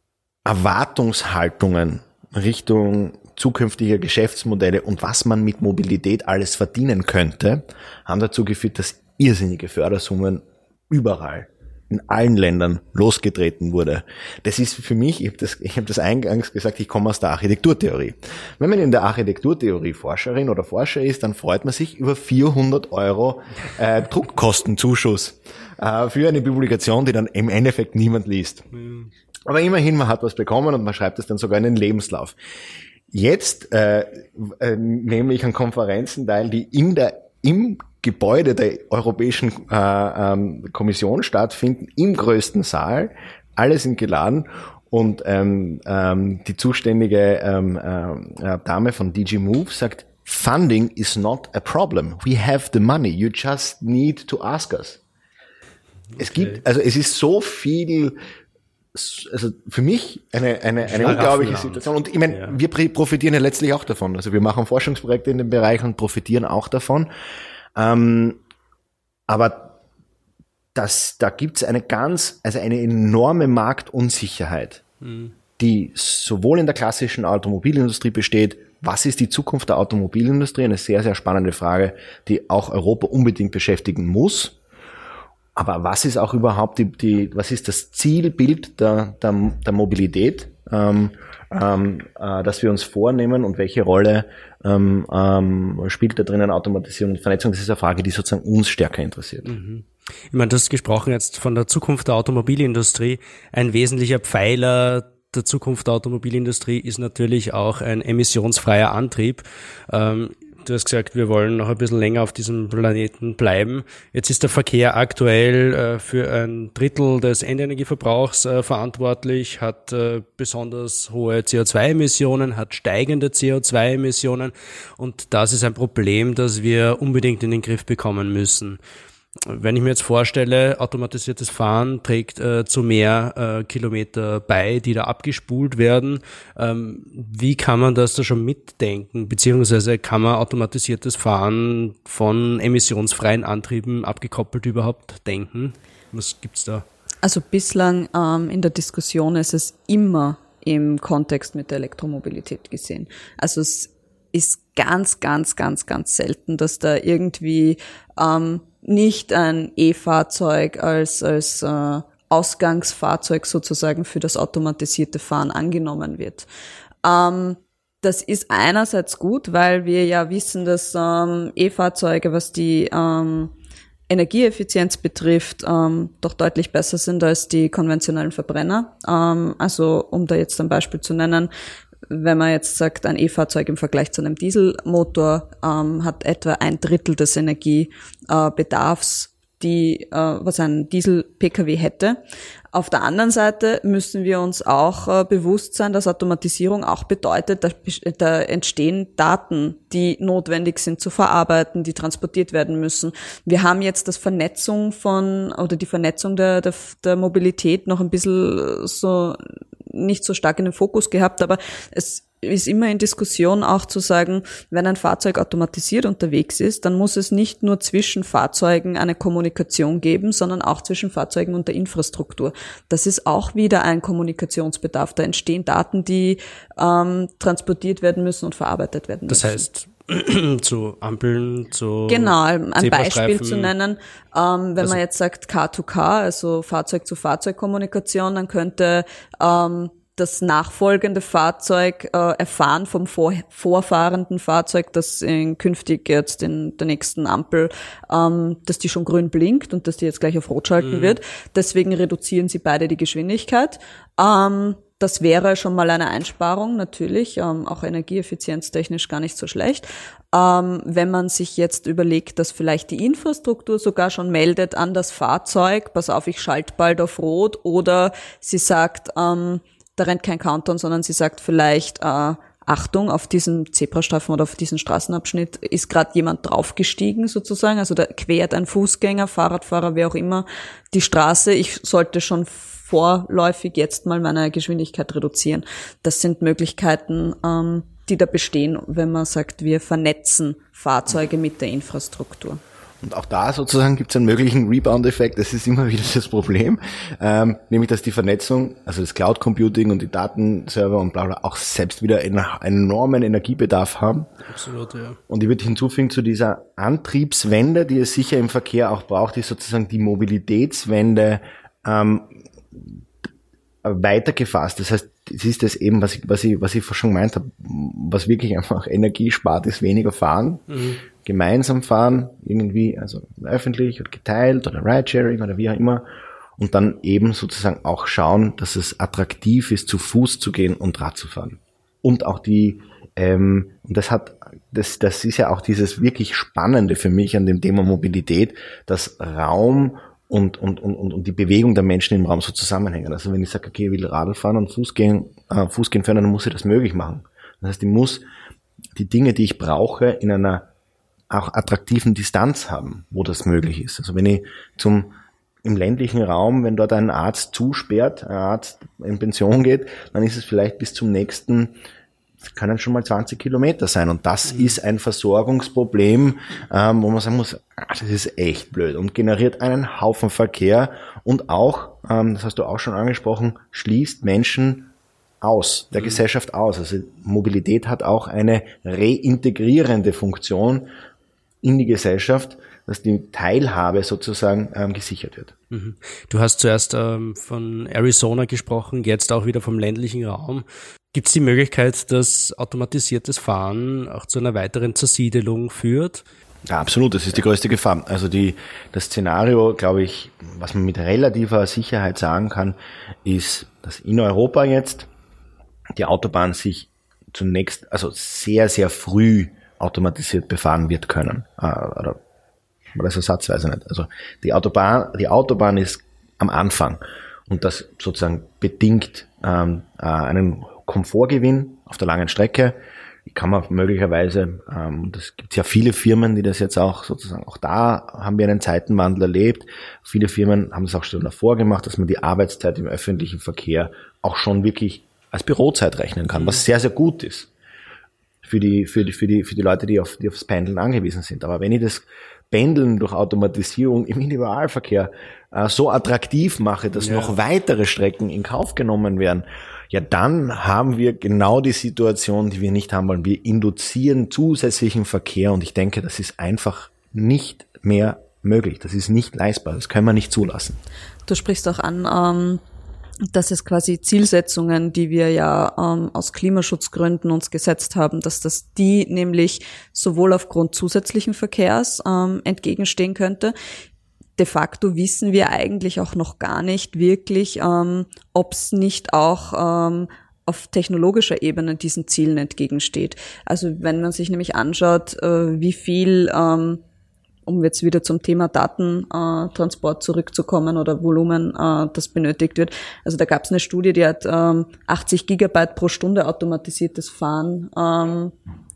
Erwartungshaltungen Richtung zukünftiger Geschäftsmodelle und was man mit Mobilität alles verdienen könnte, haben dazu geführt, dass irrsinnige Fördersummen überall, in allen Ländern losgetreten wurde. Das ist für mich, ich habe das, ich habe das eingangs gesagt, ich komme aus der Architekturtheorie. Wenn man in der Architekturtheorie Forscherin oder Forscher ist, dann freut man sich über vierhundert Euro äh, Druckkostenzuschuss äh, für eine Publikation, die dann im Endeffekt niemand liest. Mhm. Aber immerhin, man hat was bekommen und man schreibt es dann sogar in den Lebenslauf. Jetzt äh, äh, nehme ich an Konferenzen teil, die in der im Gebäude der Europäischen äh, ähm, Kommission stattfinden, im größten Saal. Alle sind geladen und ähm, ähm, die zuständige ähm, äh, Dame von D G Move sagt, Funding is not a problem. We have the money. You just need to ask us. Okay. Es gibt, also es ist so viel, also für mich eine eine eine unglaubliche Situation. Und ich meine, ja. wir profitieren ja letztlich auch davon. Also wir machen Forschungsprojekte in dem Bereich und profitieren auch davon. Ähm, aber das, da gibt's eine ganz, also eine enorme Marktunsicherheit, mhm. die sowohl in der klassischen Automobilindustrie besteht. Was ist die Zukunft der Automobilindustrie? Eine sehr, sehr spannende Frage, die auch Europa unbedingt beschäftigen muss. Aber was ist auch überhaupt die, die was ist das Zielbild der, der, der Mobilität, ähm, ähm, äh, das wir uns vornehmen und welche Rolle ähm, ähm, spielt da drinnen Automatisierung und Vernetzung? Das ist eine Frage, die sozusagen uns stärker interessiert. Mhm. Ich meine, du hast gesprochen jetzt von der Zukunft der Automobilindustrie. Ein wesentlicher Pfeiler der Zukunft der Automobilindustrie ist natürlich auch ein emissionsfreier Antrieb. Ähm, Du hast gesagt, wir wollen noch ein bisschen länger auf diesem Planeten bleiben. Jetzt ist der Verkehr aktuell äh, für ein Drittel des Endenergieverbrauchs äh, verantwortlich, hat äh, besonders hohe C O zwei Emissionen, hat steigende C O zwei Emissionen und das ist ein Problem, das wir unbedingt in den Griff bekommen müssen. Wenn ich mir jetzt vorstelle, automatisiertes Fahren trägt äh, zu mehr äh, Kilometer bei, die da abgespult werden. Ähm, wie kann man das da schon mitdenken? Beziehungsweise kann man automatisiertes Fahren von emissionsfreien Antrieben abgekoppelt überhaupt denken? Was gibt's da? Also bislang ähm, in der Diskussion ist es immer im Kontext mit der Elektromobilität gesehen. Also es ist ganz, ganz, ganz, ganz selten, dass da irgendwie ähm, nicht ein E-Fahrzeug als als äh, Ausgangsfahrzeug sozusagen für das automatisierte Fahren angenommen wird. Ähm, das ist einerseits gut, weil wir ja wissen, dass ähm, E-Fahrzeuge, was die ähm, Energieeffizienz betrifft, ähm, doch deutlich besser sind als die konventionellen Verbrenner. Ähm, also um da jetzt ein Beispiel zu nennen, wenn man jetzt sagt, ein E-Fahrzeug im Vergleich zu einem Dieselmotor ähm, hat etwa ein Drittel des Energiebedarfs, die äh, was ein Diesel-P K W hätte. Auf der anderen Seite müssen wir uns auch äh, bewusst sein, dass Automatisierung auch bedeutet, da, da entstehen Daten, die notwendig sind zu verarbeiten, die transportiert werden müssen. Wir haben jetzt das Vernetzung von oder die Vernetzung der, der, der Mobilität noch ein bisschen so nicht so stark in den Fokus gehabt, aber es ist immer in Diskussion auch zu sagen, wenn ein Fahrzeug automatisiert unterwegs ist, dann muss es nicht nur zwischen Fahrzeugen eine Kommunikation geben, sondern auch zwischen Fahrzeugen und der Infrastruktur. Das ist auch wieder ein Kommunikationsbedarf. Da entstehen Daten, die ähm, transportiert werden müssen und verarbeitet werden müssen. Das heißt, zu Ampeln, zu Genau, ein Beispiel zu nennen, ähm, wenn also, man jetzt sagt Car to Car, also Fahrzeug-zu-Fahrzeug-Kommunikation, dann könnte ähm, das nachfolgende Fahrzeug äh, erfahren vom vor, vorfahrenden Fahrzeug, das in, künftig jetzt in der nächsten Ampel, ähm, dass die schon grün blinkt und dass die jetzt gleich auf Rot schalten mhm. wird. Deswegen reduzieren sie beide die Geschwindigkeit. Ähm, Das wäre schon mal eine Einsparung, natürlich, ähm, auch energieeffizienztechnisch gar nicht so schlecht. Ähm, wenn man sich jetzt überlegt, dass vielleicht die Infrastruktur sogar schon meldet an das Fahrzeug, pass auf, ich schalte bald auf Rot, oder sie sagt, ähm, da rennt kein Countdown, sondern sie sagt vielleicht, äh, Achtung, auf diesem Zebrastreifen oder auf diesem Straßenabschnitt ist gerade jemand draufgestiegen sozusagen, also da quert ein Fußgänger, Fahrradfahrer, wer auch immer, die Straße, ich sollte schon vorläufig jetzt mal meine Geschwindigkeit reduzieren. Das sind Möglichkeiten, ähm, die da bestehen, wenn man sagt, wir vernetzen Fahrzeuge mit der Infrastruktur. Und auch da sozusagen gibt es einen möglichen Rebound-Effekt. Das ist immer wieder das Problem, ähm, nämlich dass die Vernetzung, also das Cloud Computing und die Datenserver und bla bla, auch selbst wieder einen, einen enormen Energiebedarf haben. Absolut, ja. Und ich würde hinzufügen zu dieser Antriebswende, die es sicher im Verkehr auch braucht, ist sozusagen die Mobilitätswende ähm, weitergefasst. Das heißt, es ist das eben, was ich, was ich, was ich schon gemeint habe, was wirklich einfach Energie spart, ist weniger fahren, mhm. gemeinsam fahren, irgendwie, also öffentlich oder geteilt oder Ridesharing oder wie auch immer, und dann eben sozusagen auch schauen, dass es attraktiv ist, zu Fuß zu gehen und Rad zu fahren. Und auch die, ähm, und das hat, das, das ist ja auch dieses wirklich Spannende für mich an dem Thema Mobilität, dass Raum Und, und, und, und die Bewegung der Menschen im Raum so zusammenhängen. Also wenn ich sage, okay, ich will Radl fahren und Fußgehen, äh, Fußgehen fördern, dann muss ich das möglich machen. Das heißt, ich muss die Dinge, die ich brauche, in einer auch attraktiven Distanz haben, wo das möglich ist. Also wenn ich zum, im ländlichen Raum, wenn dort ein Arzt zusperrt, ein Arzt in Pension geht, dann ist es vielleicht bis zum nächsten, das können schon mal zwanzig Kilometer sein. Und das mhm. ist ein Versorgungsproblem, ähm, wo man sagen muss, das ist echt blöd und generiert einen Haufen Verkehr und auch, ähm, das hast du auch schon angesprochen, schließt Menschen aus, der mhm. Gesellschaft aus. Also Mobilität hat auch eine reintegrierende Funktion in die Gesellschaft, dass die Teilhabe sozusagen ähm, gesichert wird. Mhm. Du hast zuerst ähm, von Arizona gesprochen, jetzt auch wieder vom ländlichen Raum. Gibt es die Möglichkeit, dass automatisiertes Fahren auch zu einer weiteren Zersiedelung führt? Ja, absolut. Das ist die größte Gefahr. Also die, das Szenario, glaube ich, was man mit relativer Sicherheit sagen kann, ist, dass in Europa jetzt die Autobahn sich zunächst, also sehr, sehr früh automatisiert befahren wird können. Äh, oder, oder ist ersatzweise nicht. Also die Autobahn, die Autobahn ist am Anfang und das sozusagen bedingt ähm, äh, einen Komfortgewinn auf der langen Strecke. Die kann man möglicherweise, ähm, das gibt ja viele Firmen, die das jetzt auch sozusagen, auch da haben wir einen Zeitenwandel erlebt. Viele Firmen haben das auch schon davor gemacht, dass man die Arbeitszeit im öffentlichen Verkehr auch schon wirklich als Bürozeit rechnen kann, was sehr, sehr gut ist für die, für die, für die, für die Leute, die auf, die aufs Pendeln angewiesen sind. Aber wenn ich das Pendeln durch Automatisierung im Individualverkehr äh, so attraktiv mache, dass ja. noch weitere Strecken in Kauf genommen werden, ja, dann haben wir genau die Situation, die wir nicht haben wollen. Wir induzieren zusätzlichen Verkehr und ich denke, das ist einfach nicht mehr möglich. Das ist nicht leistbar. Das können wir nicht zulassen. Du sprichst auch an, ähm, dass es quasi Zielsetzungen, die wir ja ähm, aus Klimaschutzgründen uns gesetzt haben, dass das die nämlich sowohl aufgrund zusätzlichen Verkehrs ähm, entgegenstehen könnte. De facto wissen wir eigentlich auch noch gar nicht wirklich, ähm, ob es nicht auch ähm, auf technologischer Ebene diesen Zielen entgegensteht. Also wenn man sich nämlich anschaut, äh, wie viel, ähm, um jetzt wieder zum Thema Datentransport zurückzukommen oder Volumen, äh, das benötigt wird. Also da gab es eine Studie, die hat ähm, achtzig Gigabyte pro Stunde automatisiertes Fahren ähm,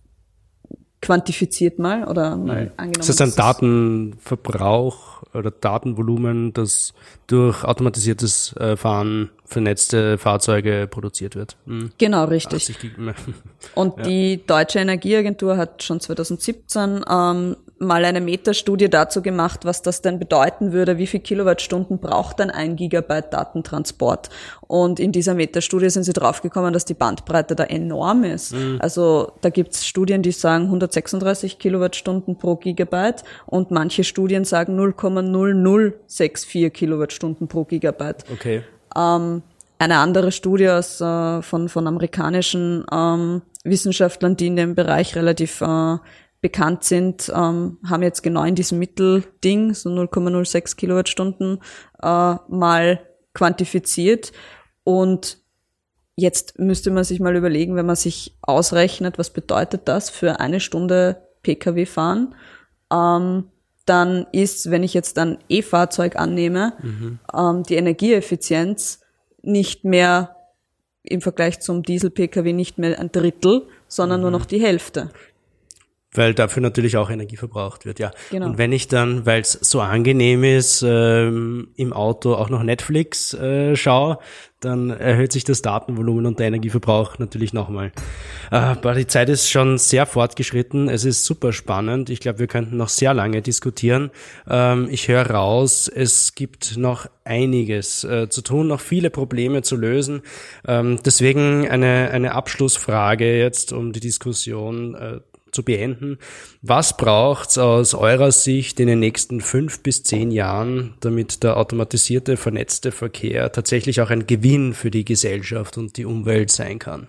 quantifiziert mal oder mal angenommen. Ist das ein Datenverbrauch oder Datenvolumen, das durch automatisiertes äh, Fahren vernetzte Fahrzeuge produziert wird? Hm. Genau, richtig. Und ja. Die Deutsche Energieagentur hat schon zwanzig siebzehn ähm, mal eine Metastudie dazu gemacht, was das denn bedeuten würde, wie viel Kilowattstunden braucht denn ein Gigabyte Datentransport. Und in dieser Metastudie sind sie draufgekommen, dass die Bandbreite da enorm ist. Mhm. Also da gibt's Studien, die sagen hundertsechsunddreißig Kilowattstunden pro Gigabyte und manche Studien sagen null Komma null null sechs vier Kilowattstunden pro Gigabyte. Okay. Ähm, eine andere Studie aus, äh, von, von amerikanischen ähm, Wissenschaftlern, die in dem Bereich relativ äh, bekannt sind, ähm, haben jetzt genau in diesem Mittelding, so null Komma null sechs Kilowattstunden, äh, mal quantifiziert. Und jetzt müsste man sich mal überlegen, wenn man sich ausrechnet, was bedeutet das für eine Stunde Pkw fahren, ähm, dann ist, wenn ich jetzt ein E-Fahrzeug annehme, mhm. ähm, die Energieeffizienz nicht mehr im Vergleich zum Diesel-Pkw nicht mehr ein Drittel, sondern mhm. nur noch die Hälfte. Weil dafür natürlich auch Energie verbraucht wird, ja. Genau. Und wenn ich dann, weil es so angenehm ist, ähm, im Auto auch noch Netflix äh, schaue, dann erhöht sich das Datenvolumen und der Energieverbrauch natürlich nochmal. Äh, aber die Zeit ist schon sehr fortgeschritten. Es ist super spannend. Ich glaube, wir könnten noch sehr lange diskutieren. Ähm, ich höre raus, es gibt noch einiges äh, zu tun, noch viele Probleme zu lösen. Ähm, deswegen eine, eine Abschlussfrage jetzt, um die Diskussion äh, zu beenden. Was braucht's aus eurer Sicht in den nächsten fünf bis zehn Jahren, damit der automatisierte, vernetzte Verkehr tatsächlich auch ein Gewinn für die Gesellschaft und die Umwelt sein kann?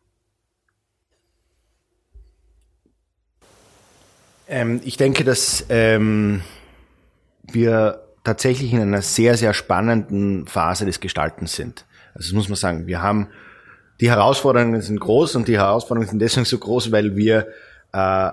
Ähm, ich denke, dass ähm, wir tatsächlich in einer sehr, sehr spannenden Phase des Gestaltens sind. Also das muss man sagen. Wir haben, die Herausforderungen sind groß und die Herausforderungen sind deswegen so groß, weil wir Äh,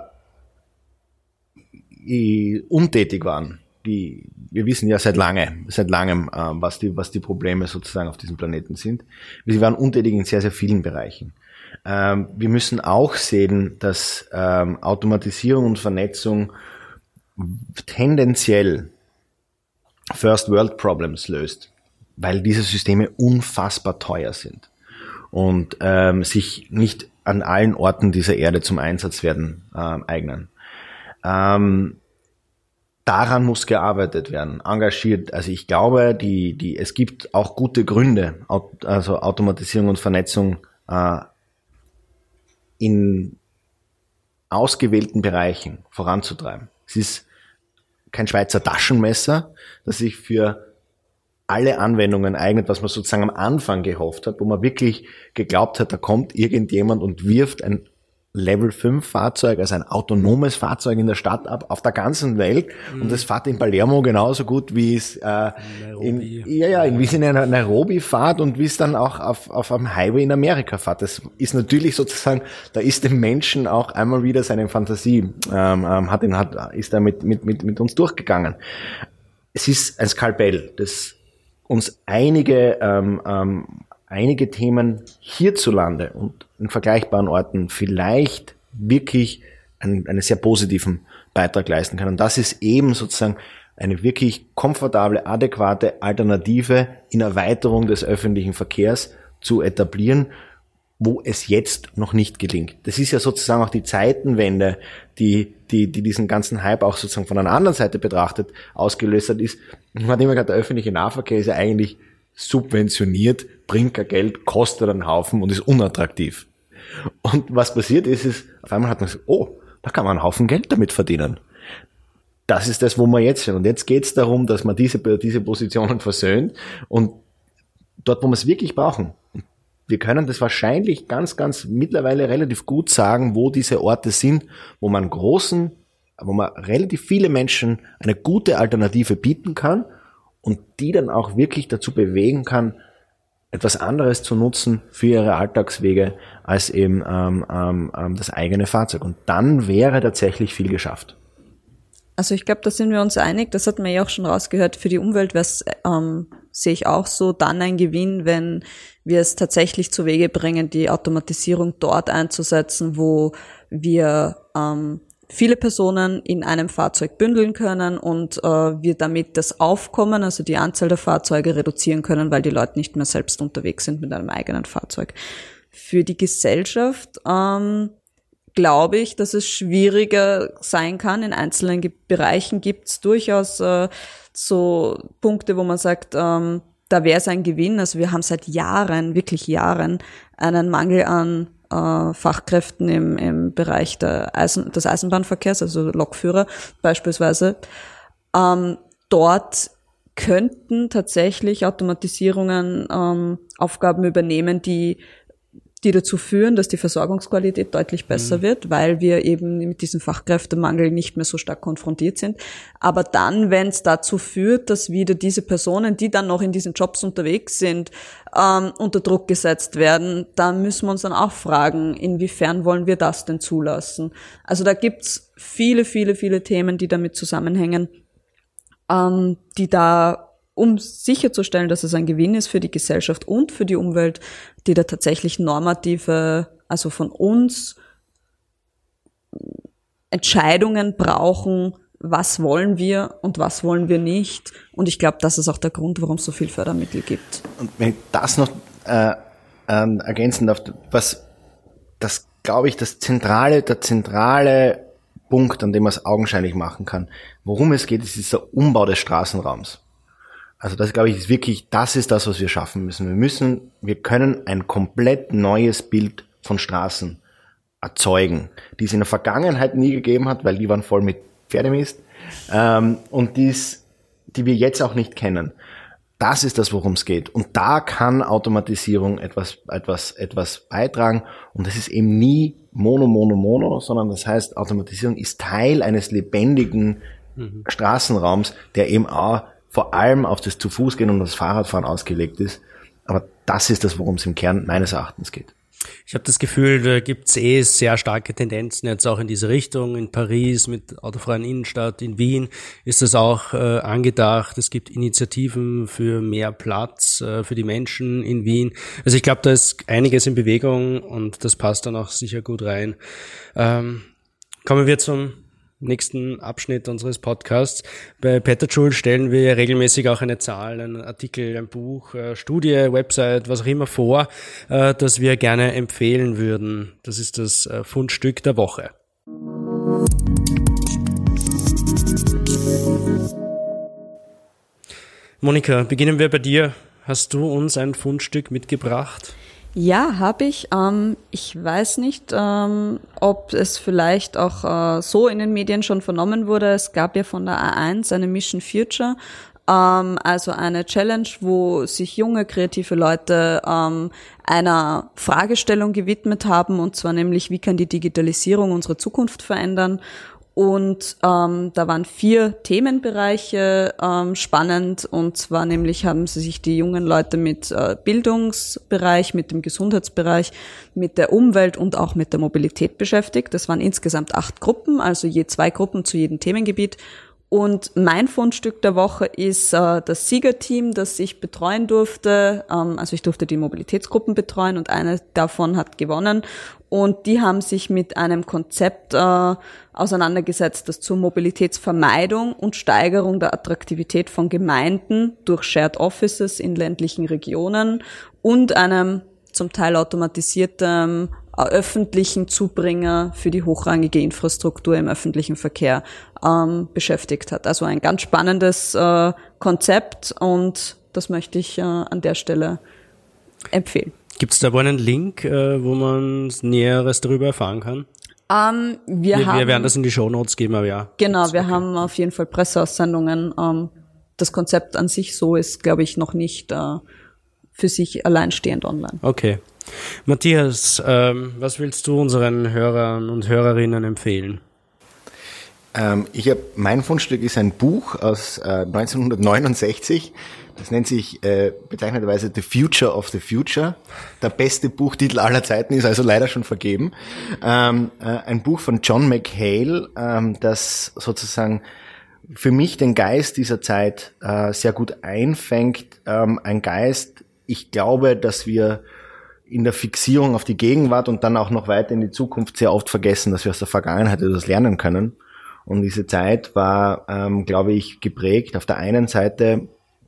untätig waren. Die, wir wissen ja seit lange, seit langem, äh, was die, was die Probleme sozusagen auf diesem Planeten sind. Wir waren untätig in sehr, sehr vielen Bereichen. Ähm, wir müssen auch sehen, dass ähm, Automatisierung und Vernetzung tendenziell First World Problems löst, weil diese Systeme unfassbar teuer sind und ähm, sich nicht an allen Orten dieser Erde zum Einsatz werden äh, eignen. Ähm, daran muss gearbeitet werden, engagiert. Also ich glaube, die, die, es gibt auch gute Gründe, also Automatisierung und Vernetzung äh, in ausgewählten Bereichen voranzutreiben. Es ist kein Schweizer Taschenmesser, das sich für alle Anwendungen eignet, was man sozusagen am Anfang gehofft hat, wo man wirklich geglaubt hat, da kommt irgendjemand und wirft ein Level fünf Fahrzeug, also ein autonomes Fahrzeug in der Stadt ab, auf der ganzen Welt. Mhm. Und das fährt in Palermo genauso gut, wie es äh, in, ja, ja, wie es in Nairobi fährt und wie es dann auch auf, auf einem Highway in Amerika fährt. Das ist natürlich sozusagen, da ist dem Menschen auch einmal wieder seine Fantasie, ähm, ähm, hat ihn, hat, ist da mit, mit, mit, mit uns durchgegangen. Es ist ein Skalpell, das uns einige, ähm, ähm, einige Themen hierzulande und in vergleichbaren Orten vielleicht wirklich einen, einen sehr positiven Beitrag leisten kann. Und das ist eben sozusagen eine wirklich komfortable, adäquate Alternative in Erweiterung des öffentlichen Verkehrs zu etablieren, wo es jetzt noch nicht gelingt. Das ist ja sozusagen auch die Zeitenwende, die, die, die diesen ganzen Hype auch sozusagen von einer anderen Seite betrachtet ausgelöst hat, ist, man hat immer gesagt, der öffentliche Nahverkehr ist ja eigentlich subventioniert, bringt kein Geld, kostet einen Haufen und ist unattraktiv. Und was passiert ist, ist, auf einmal hat man gesagt, oh, da kann man einen Haufen Geld damit verdienen. Das ist das, wo wir jetzt sind. Und jetzt geht es darum, dass man diese, diese Positionen versöhnt und dort, wo wir es wirklich brauchen. Wir können das wahrscheinlich ganz, ganz mittlerweile relativ gut sagen, wo diese Orte sind, wo man großen, wo man relativ viele Menschen eine gute Alternative bieten kann und die dann auch wirklich dazu bewegen kann, etwas anderes zu nutzen für ihre Alltagswege als eben ähm, ähm, das eigene Fahrzeug. Und dann wäre tatsächlich viel geschafft. Also ich glaube, da sind wir uns einig, das hat man ja auch schon rausgehört, für die Umwelt wäre es, ähm, sehe ich auch so, dann ein Gewinn, wenn wir es tatsächlich zu Wege bringen, die Automatisierung dort einzusetzen, wo wir ähm, viele Personen in einem Fahrzeug bündeln können und äh, wir damit das Aufkommen, also die Anzahl der Fahrzeuge reduzieren können, weil die Leute nicht mehr selbst unterwegs sind mit einem eigenen Fahrzeug. Für die Gesellschaft ähm, glaube ich, dass es schwieriger sein kann. In einzelnen Ge- Bereichen gibt es durchaus äh, so Punkte, wo man sagt, ähm, da wäre es ein Gewinn. Also wir haben seit Jahren, wirklich Jahren, einen Mangel an äh, Fachkräften im, im Bereich der Eisen, des Eisenbahnverkehrs, also Lokführer beispielsweise. Ähm, dort könnten tatsächlich Automatisierungen ähm, Aufgaben übernehmen, die die dazu führen, dass die Versorgungsqualität deutlich besser mhm. wird, weil wir eben mit diesem Fachkräftemangel nicht mehr so stark konfrontiert sind. Aber dann, wenn es dazu führt, dass wieder diese Personen, die dann noch in diesen Jobs unterwegs sind, ähm, unter Druck gesetzt werden, dann müssen wir uns dann auch fragen, inwiefern wollen wir das denn zulassen? Also da gibt's viele, viele, viele Themen, die damit zusammenhängen, ähm, die da, um sicherzustellen, dass es ein Gewinn ist für die Gesellschaft und für die Umwelt, die da tatsächlich normative, also von uns Entscheidungen brauchen, was wollen wir und was wollen wir nicht. Und ich glaube, das ist auch der Grund, warum es so viel Fördermittel gibt. Und wenn ich das noch äh, äh, ergänzen darf, was das, glaube ich, das zentrale, der zentrale Punkt, an dem man es augenscheinlich machen kann, worum es geht, ist dieser Umbau des Straßenraums. Also das, glaube ich, ist wirklich, das ist das, was wir schaffen müssen. Wir müssen, wir können ein komplett neues Bild von Straßen erzeugen, die es in der Vergangenheit nie gegeben hat, weil die waren voll mit Pferdemist, ähm, und dies, die wir jetzt auch nicht kennen. Das ist das, worum es geht. Und da kann Automatisierung etwas, etwas, etwas beitragen. Und das ist eben nie mono, mono, mono, sondern das heißt, Automatisierung ist Teil eines lebendigen mhm. Straßenraums, der eben auch vor allem auf das Zu-Fuß-Gehen und das Fahrradfahren ausgelegt ist. Aber das ist das, worum es im Kern meines Erachtens geht. Ich habe das Gefühl, da gibt's eh sehr starke Tendenzen jetzt auch in diese Richtung. In Paris mit autofreien Innenstadt, in Wien ist das auch äh, angedacht. Es gibt Initiativen für mehr Platz äh, für die Menschen in Wien. Also ich glaube, da ist einiges in Bewegung und das passt dann auch sicher gut rein. Ähm, kommen wir zum nächsten Abschnitt unseres Podcasts. Bei Petajoule stellen wir regelmäßig auch eine Zahl, einen Artikel, ein Buch, eine Studie, Website, was auch immer vor, das wir gerne empfehlen würden. Das ist das Fundstück der Woche. Monika, beginnen wir bei dir. Hast du uns ein Fundstück mitgebracht? Ja, habe ich. Ähm, ich weiß nicht, ähm, ob es vielleicht auch äh, so in den Medien schon vernommen wurde. Es gab ja von der A eins eine Mission Future, ähm, also eine Challenge, wo sich junge, kreative Leute ähm, einer Fragestellung gewidmet haben, und zwar nämlich, wie kann die Digitalisierung unsere Zukunft verändern? Und ähm, da waren vier Themenbereiche ähm, spannend, und zwar nämlich haben sie sich die jungen Leute mit äh, Bildungsbereich, mit dem Gesundheitsbereich, mit der Umwelt und auch mit der Mobilität beschäftigt. Das waren insgesamt acht Gruppen, also je zwei Gruppen zu jedem Themengebiet. Und mein Fundstück der Woche ist äh, das Siegerteam, das ich betreuen durfte. Ähm, also ich durfte die Mobilitätsgruppen betreuen und eine davon hat gewonnen. Und die haben sich mit einem Konzept äh, auseinandergesetzt, das zur Mobilitätsvermeidung und Steigerung der Attraktivität von Gemeinden durch Shared Offices in ländlichen Regionen und einem zum Teil automatisierten äh, öffentlichen Zubringer für die hochrangige Infrastruktur im öffentlichen Verkehr ähm, beschäftigt hat. Also ein ganz spannendes äh, Konzept, und das möchte ich äh, an der Stelle empfehlen. Gibt es da wohl einen Link, äh, wo man Näheres darüber erfahren kann? Um, wir, wir, haben, wir werden das in die Shownotes geben, aber ja. Genau, wir okay. haben auf jeden Fall Presseaussendungen. Um, das Konzept an sich so ist, glaube ich, noch nicht uh, für sich alleinstehend online. Okay. Matthias, ähm, was willst du unseren Hörern und Hörerinnen empfehlen? Ähm, ich habe mein Fundstück ist ein Buch aus äh, neunzehnhundertneunundsechzig. Das nennt sich äh, bezeichnenderweise The Future of the Future. Der beste Buchtitel aller Zeiten, ist also leider schon vergeben. Ähm, äh, ein Buch von John McHale, ähm, das sozusagen für mich den Geist dieser Zeit äh, sehr gut einfängt. Ähm, ein Geist, ich glaube, dass wir in der Fixierung auf die Gegenwart und dann auch noch weiter in die Zukunft sehr oft vergessen, dass wir aus der Vergangenheit etwas lernen können. Und diese Zeit war, ähm, glaube ich, geprägt. Auf der einen Seite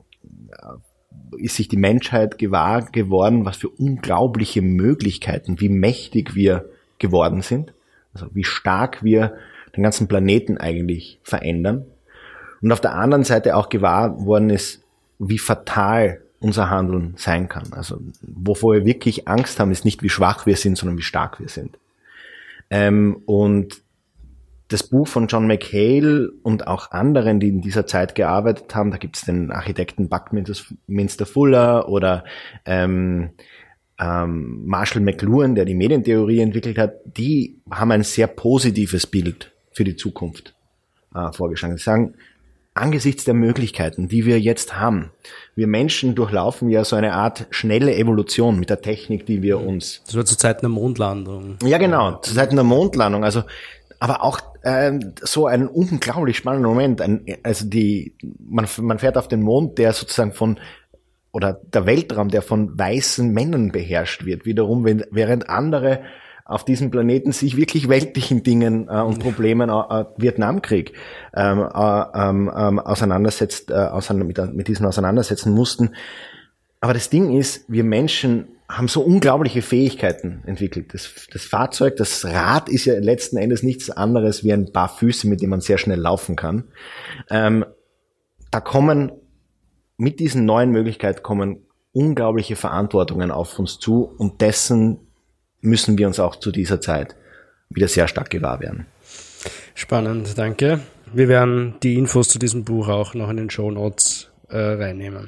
ist sich die Menschheit gewahr geworden, was für unglaubliche Möglichkeiten, wie mächtig wir geworden sind, also wie stark wir den ganzen Planeten eigentlich verändern. Und auf der anderen Seite auch gewahr worden ist, wie fatal unser Handeln sein kann. Also wovor wir wirklich Angst haben, ist nicht, wie schwach wir sind, sondern wie stark wir sind. Ähm, und das Buch von John McHale und auch anderen, die in dieser Zeit gearbeitet haben, da gibt es den Architekten Buckminster Fuller oder ähm, ähm, Marshall McLuhan, der die Medientheorie entwickelt hat, die haben ein sehr positives Bild für die Zukunft äh, vorgeschlagen. Sie sagen, angesichts der Möglichkeiten, die wir jetzt haben, wir Menschen durchlaufen ja so eine Art schnelle Evolution mit der Technik, die wir uns... Das war zu Zeiten der Mondlandung. Ja, genau, zu Zeiten der Mondlandung, also aber auch äh, so ein unglaublich spannender Moment. Ein, also die, man, man fährt auf den Mond, der sozusagen von, oder der Weltraum, der von weißen Männern beherrscht wird, wiederum, wenn, während andere auf diesem Planeten sich wirklich weltlichen Dingen äh, und Problemen, äh, Vietnamkrieg, ähm, äh, ähm, auseinandersetzt, äh, auseinander, mit, mit diesen auseinandersetzen mussten. Aber das Ding ist, wir Menschen haben so unglaubliche Fähigkeiten entwickelt. Das, das Fahrzeug, das Rad ist ja letzten Endes nichts anderes wie ein paar Füße, mit denen man sehr schnell laufen kann. Ähm, da kommen, mit diesen neuen Möglichkeiten kommen unglaubliche Verantwortungen auf uns zu, und dessen müssen wir uns auch zu dieser Zeit wieder sehr stark gewahr werden. Spannend, danke. Wir werden die Infos zu diesem Buch auch noch in den Shownotes äh, reinnehmen.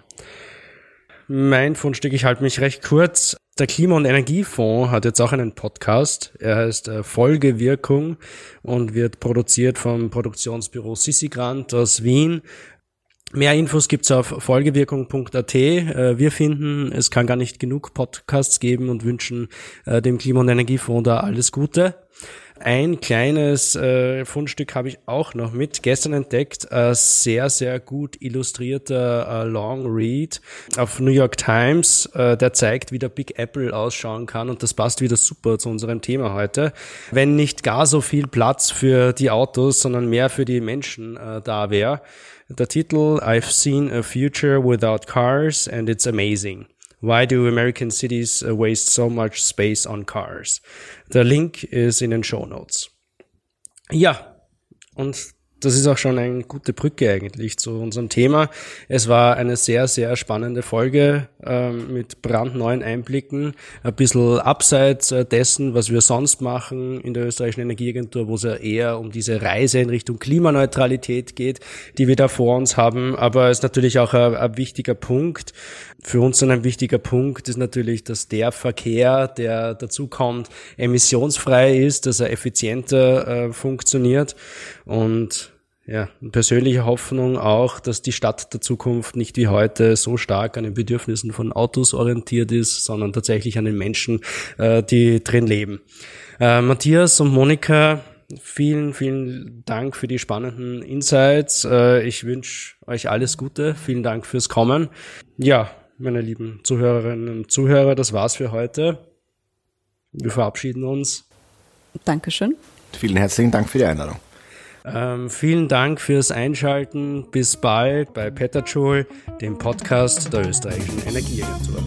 Mein Fundstück, ich halte mich recht kurz. Der Klima- und Energiefonds hat jetzt auch einen Podcast. Er heißt äh, Folgewirkung und wird produziert vom Produktionsbüro Sissi Grant aus Wien. Mehr Infos gibt's auf folgewirkung punkt a t. Äh, wir finden, es kann gar nicht genug Podcasts geben und wünschen äh, dem Klima- und Energiefonds da alles Gute. Ein kleines äh, Fundstück habe ich auch noch mit, gestern entdeckt, äh, sehr, sehr gut illustrierter äh, Long Read auf New York Times, äh, der zeigt, wie der Big Apple ausschauen kann, und das passt wieder super zu unserem Thema heute. Wenn nicht gar so viel Platz für die Autos, sondern mehr für die Menschen äh, da wäre. Der Titel, I've seen a future without cars and it's amazing. Why do American cities waste so much space on cars? Der Link ist in den Shownotes. Ja, und das ist auch schon eine gute Brücke eigentlich zu unserem Thema. Es war eine sehr, sehr spannende Folge ähm, mit brandneuen Einblicken, ein bisschen abseits äh, dessen, was wir sonst machen in der österreichischen Energieagentur, wo es ja eher um diese Reise in Richtung Klimaneutralität geht, die wir da vor uns haben. Aber es ist natürlich auch ein, ein wichtiger Punkt. Für uns dann ein wichtiger Punkt ist natürlich, dass der Verkehr, der dazukommt, emissionsfrei ist, dass er effizienter äh, funktioniert. Und ja, eine persönliche Hoffnung auch, dass die Stadt der Zukunft nicht wie heute so stark an den Bedürfnissen von Autos orientiert ist, sondern tatsächlich an den Menschen, äh, die drin leben. Äh, Matthias und Monika, vielen, vielen Dank für die spannenden Insights. Äh, ich wünsche euch alles Gute. Vielen Dank fürs Kommen. Ja, meine lieben Zuhörerinnen und Zuhörer, das war's für heute. Wir verabschieden uns. Dankeschön. Vielen herzlichen Dank für die Einladung. Ähm, vielen Dank fürs Einschalten. Bis bald bei Petajoule, dem Podcast der österreichischen Energieagentur.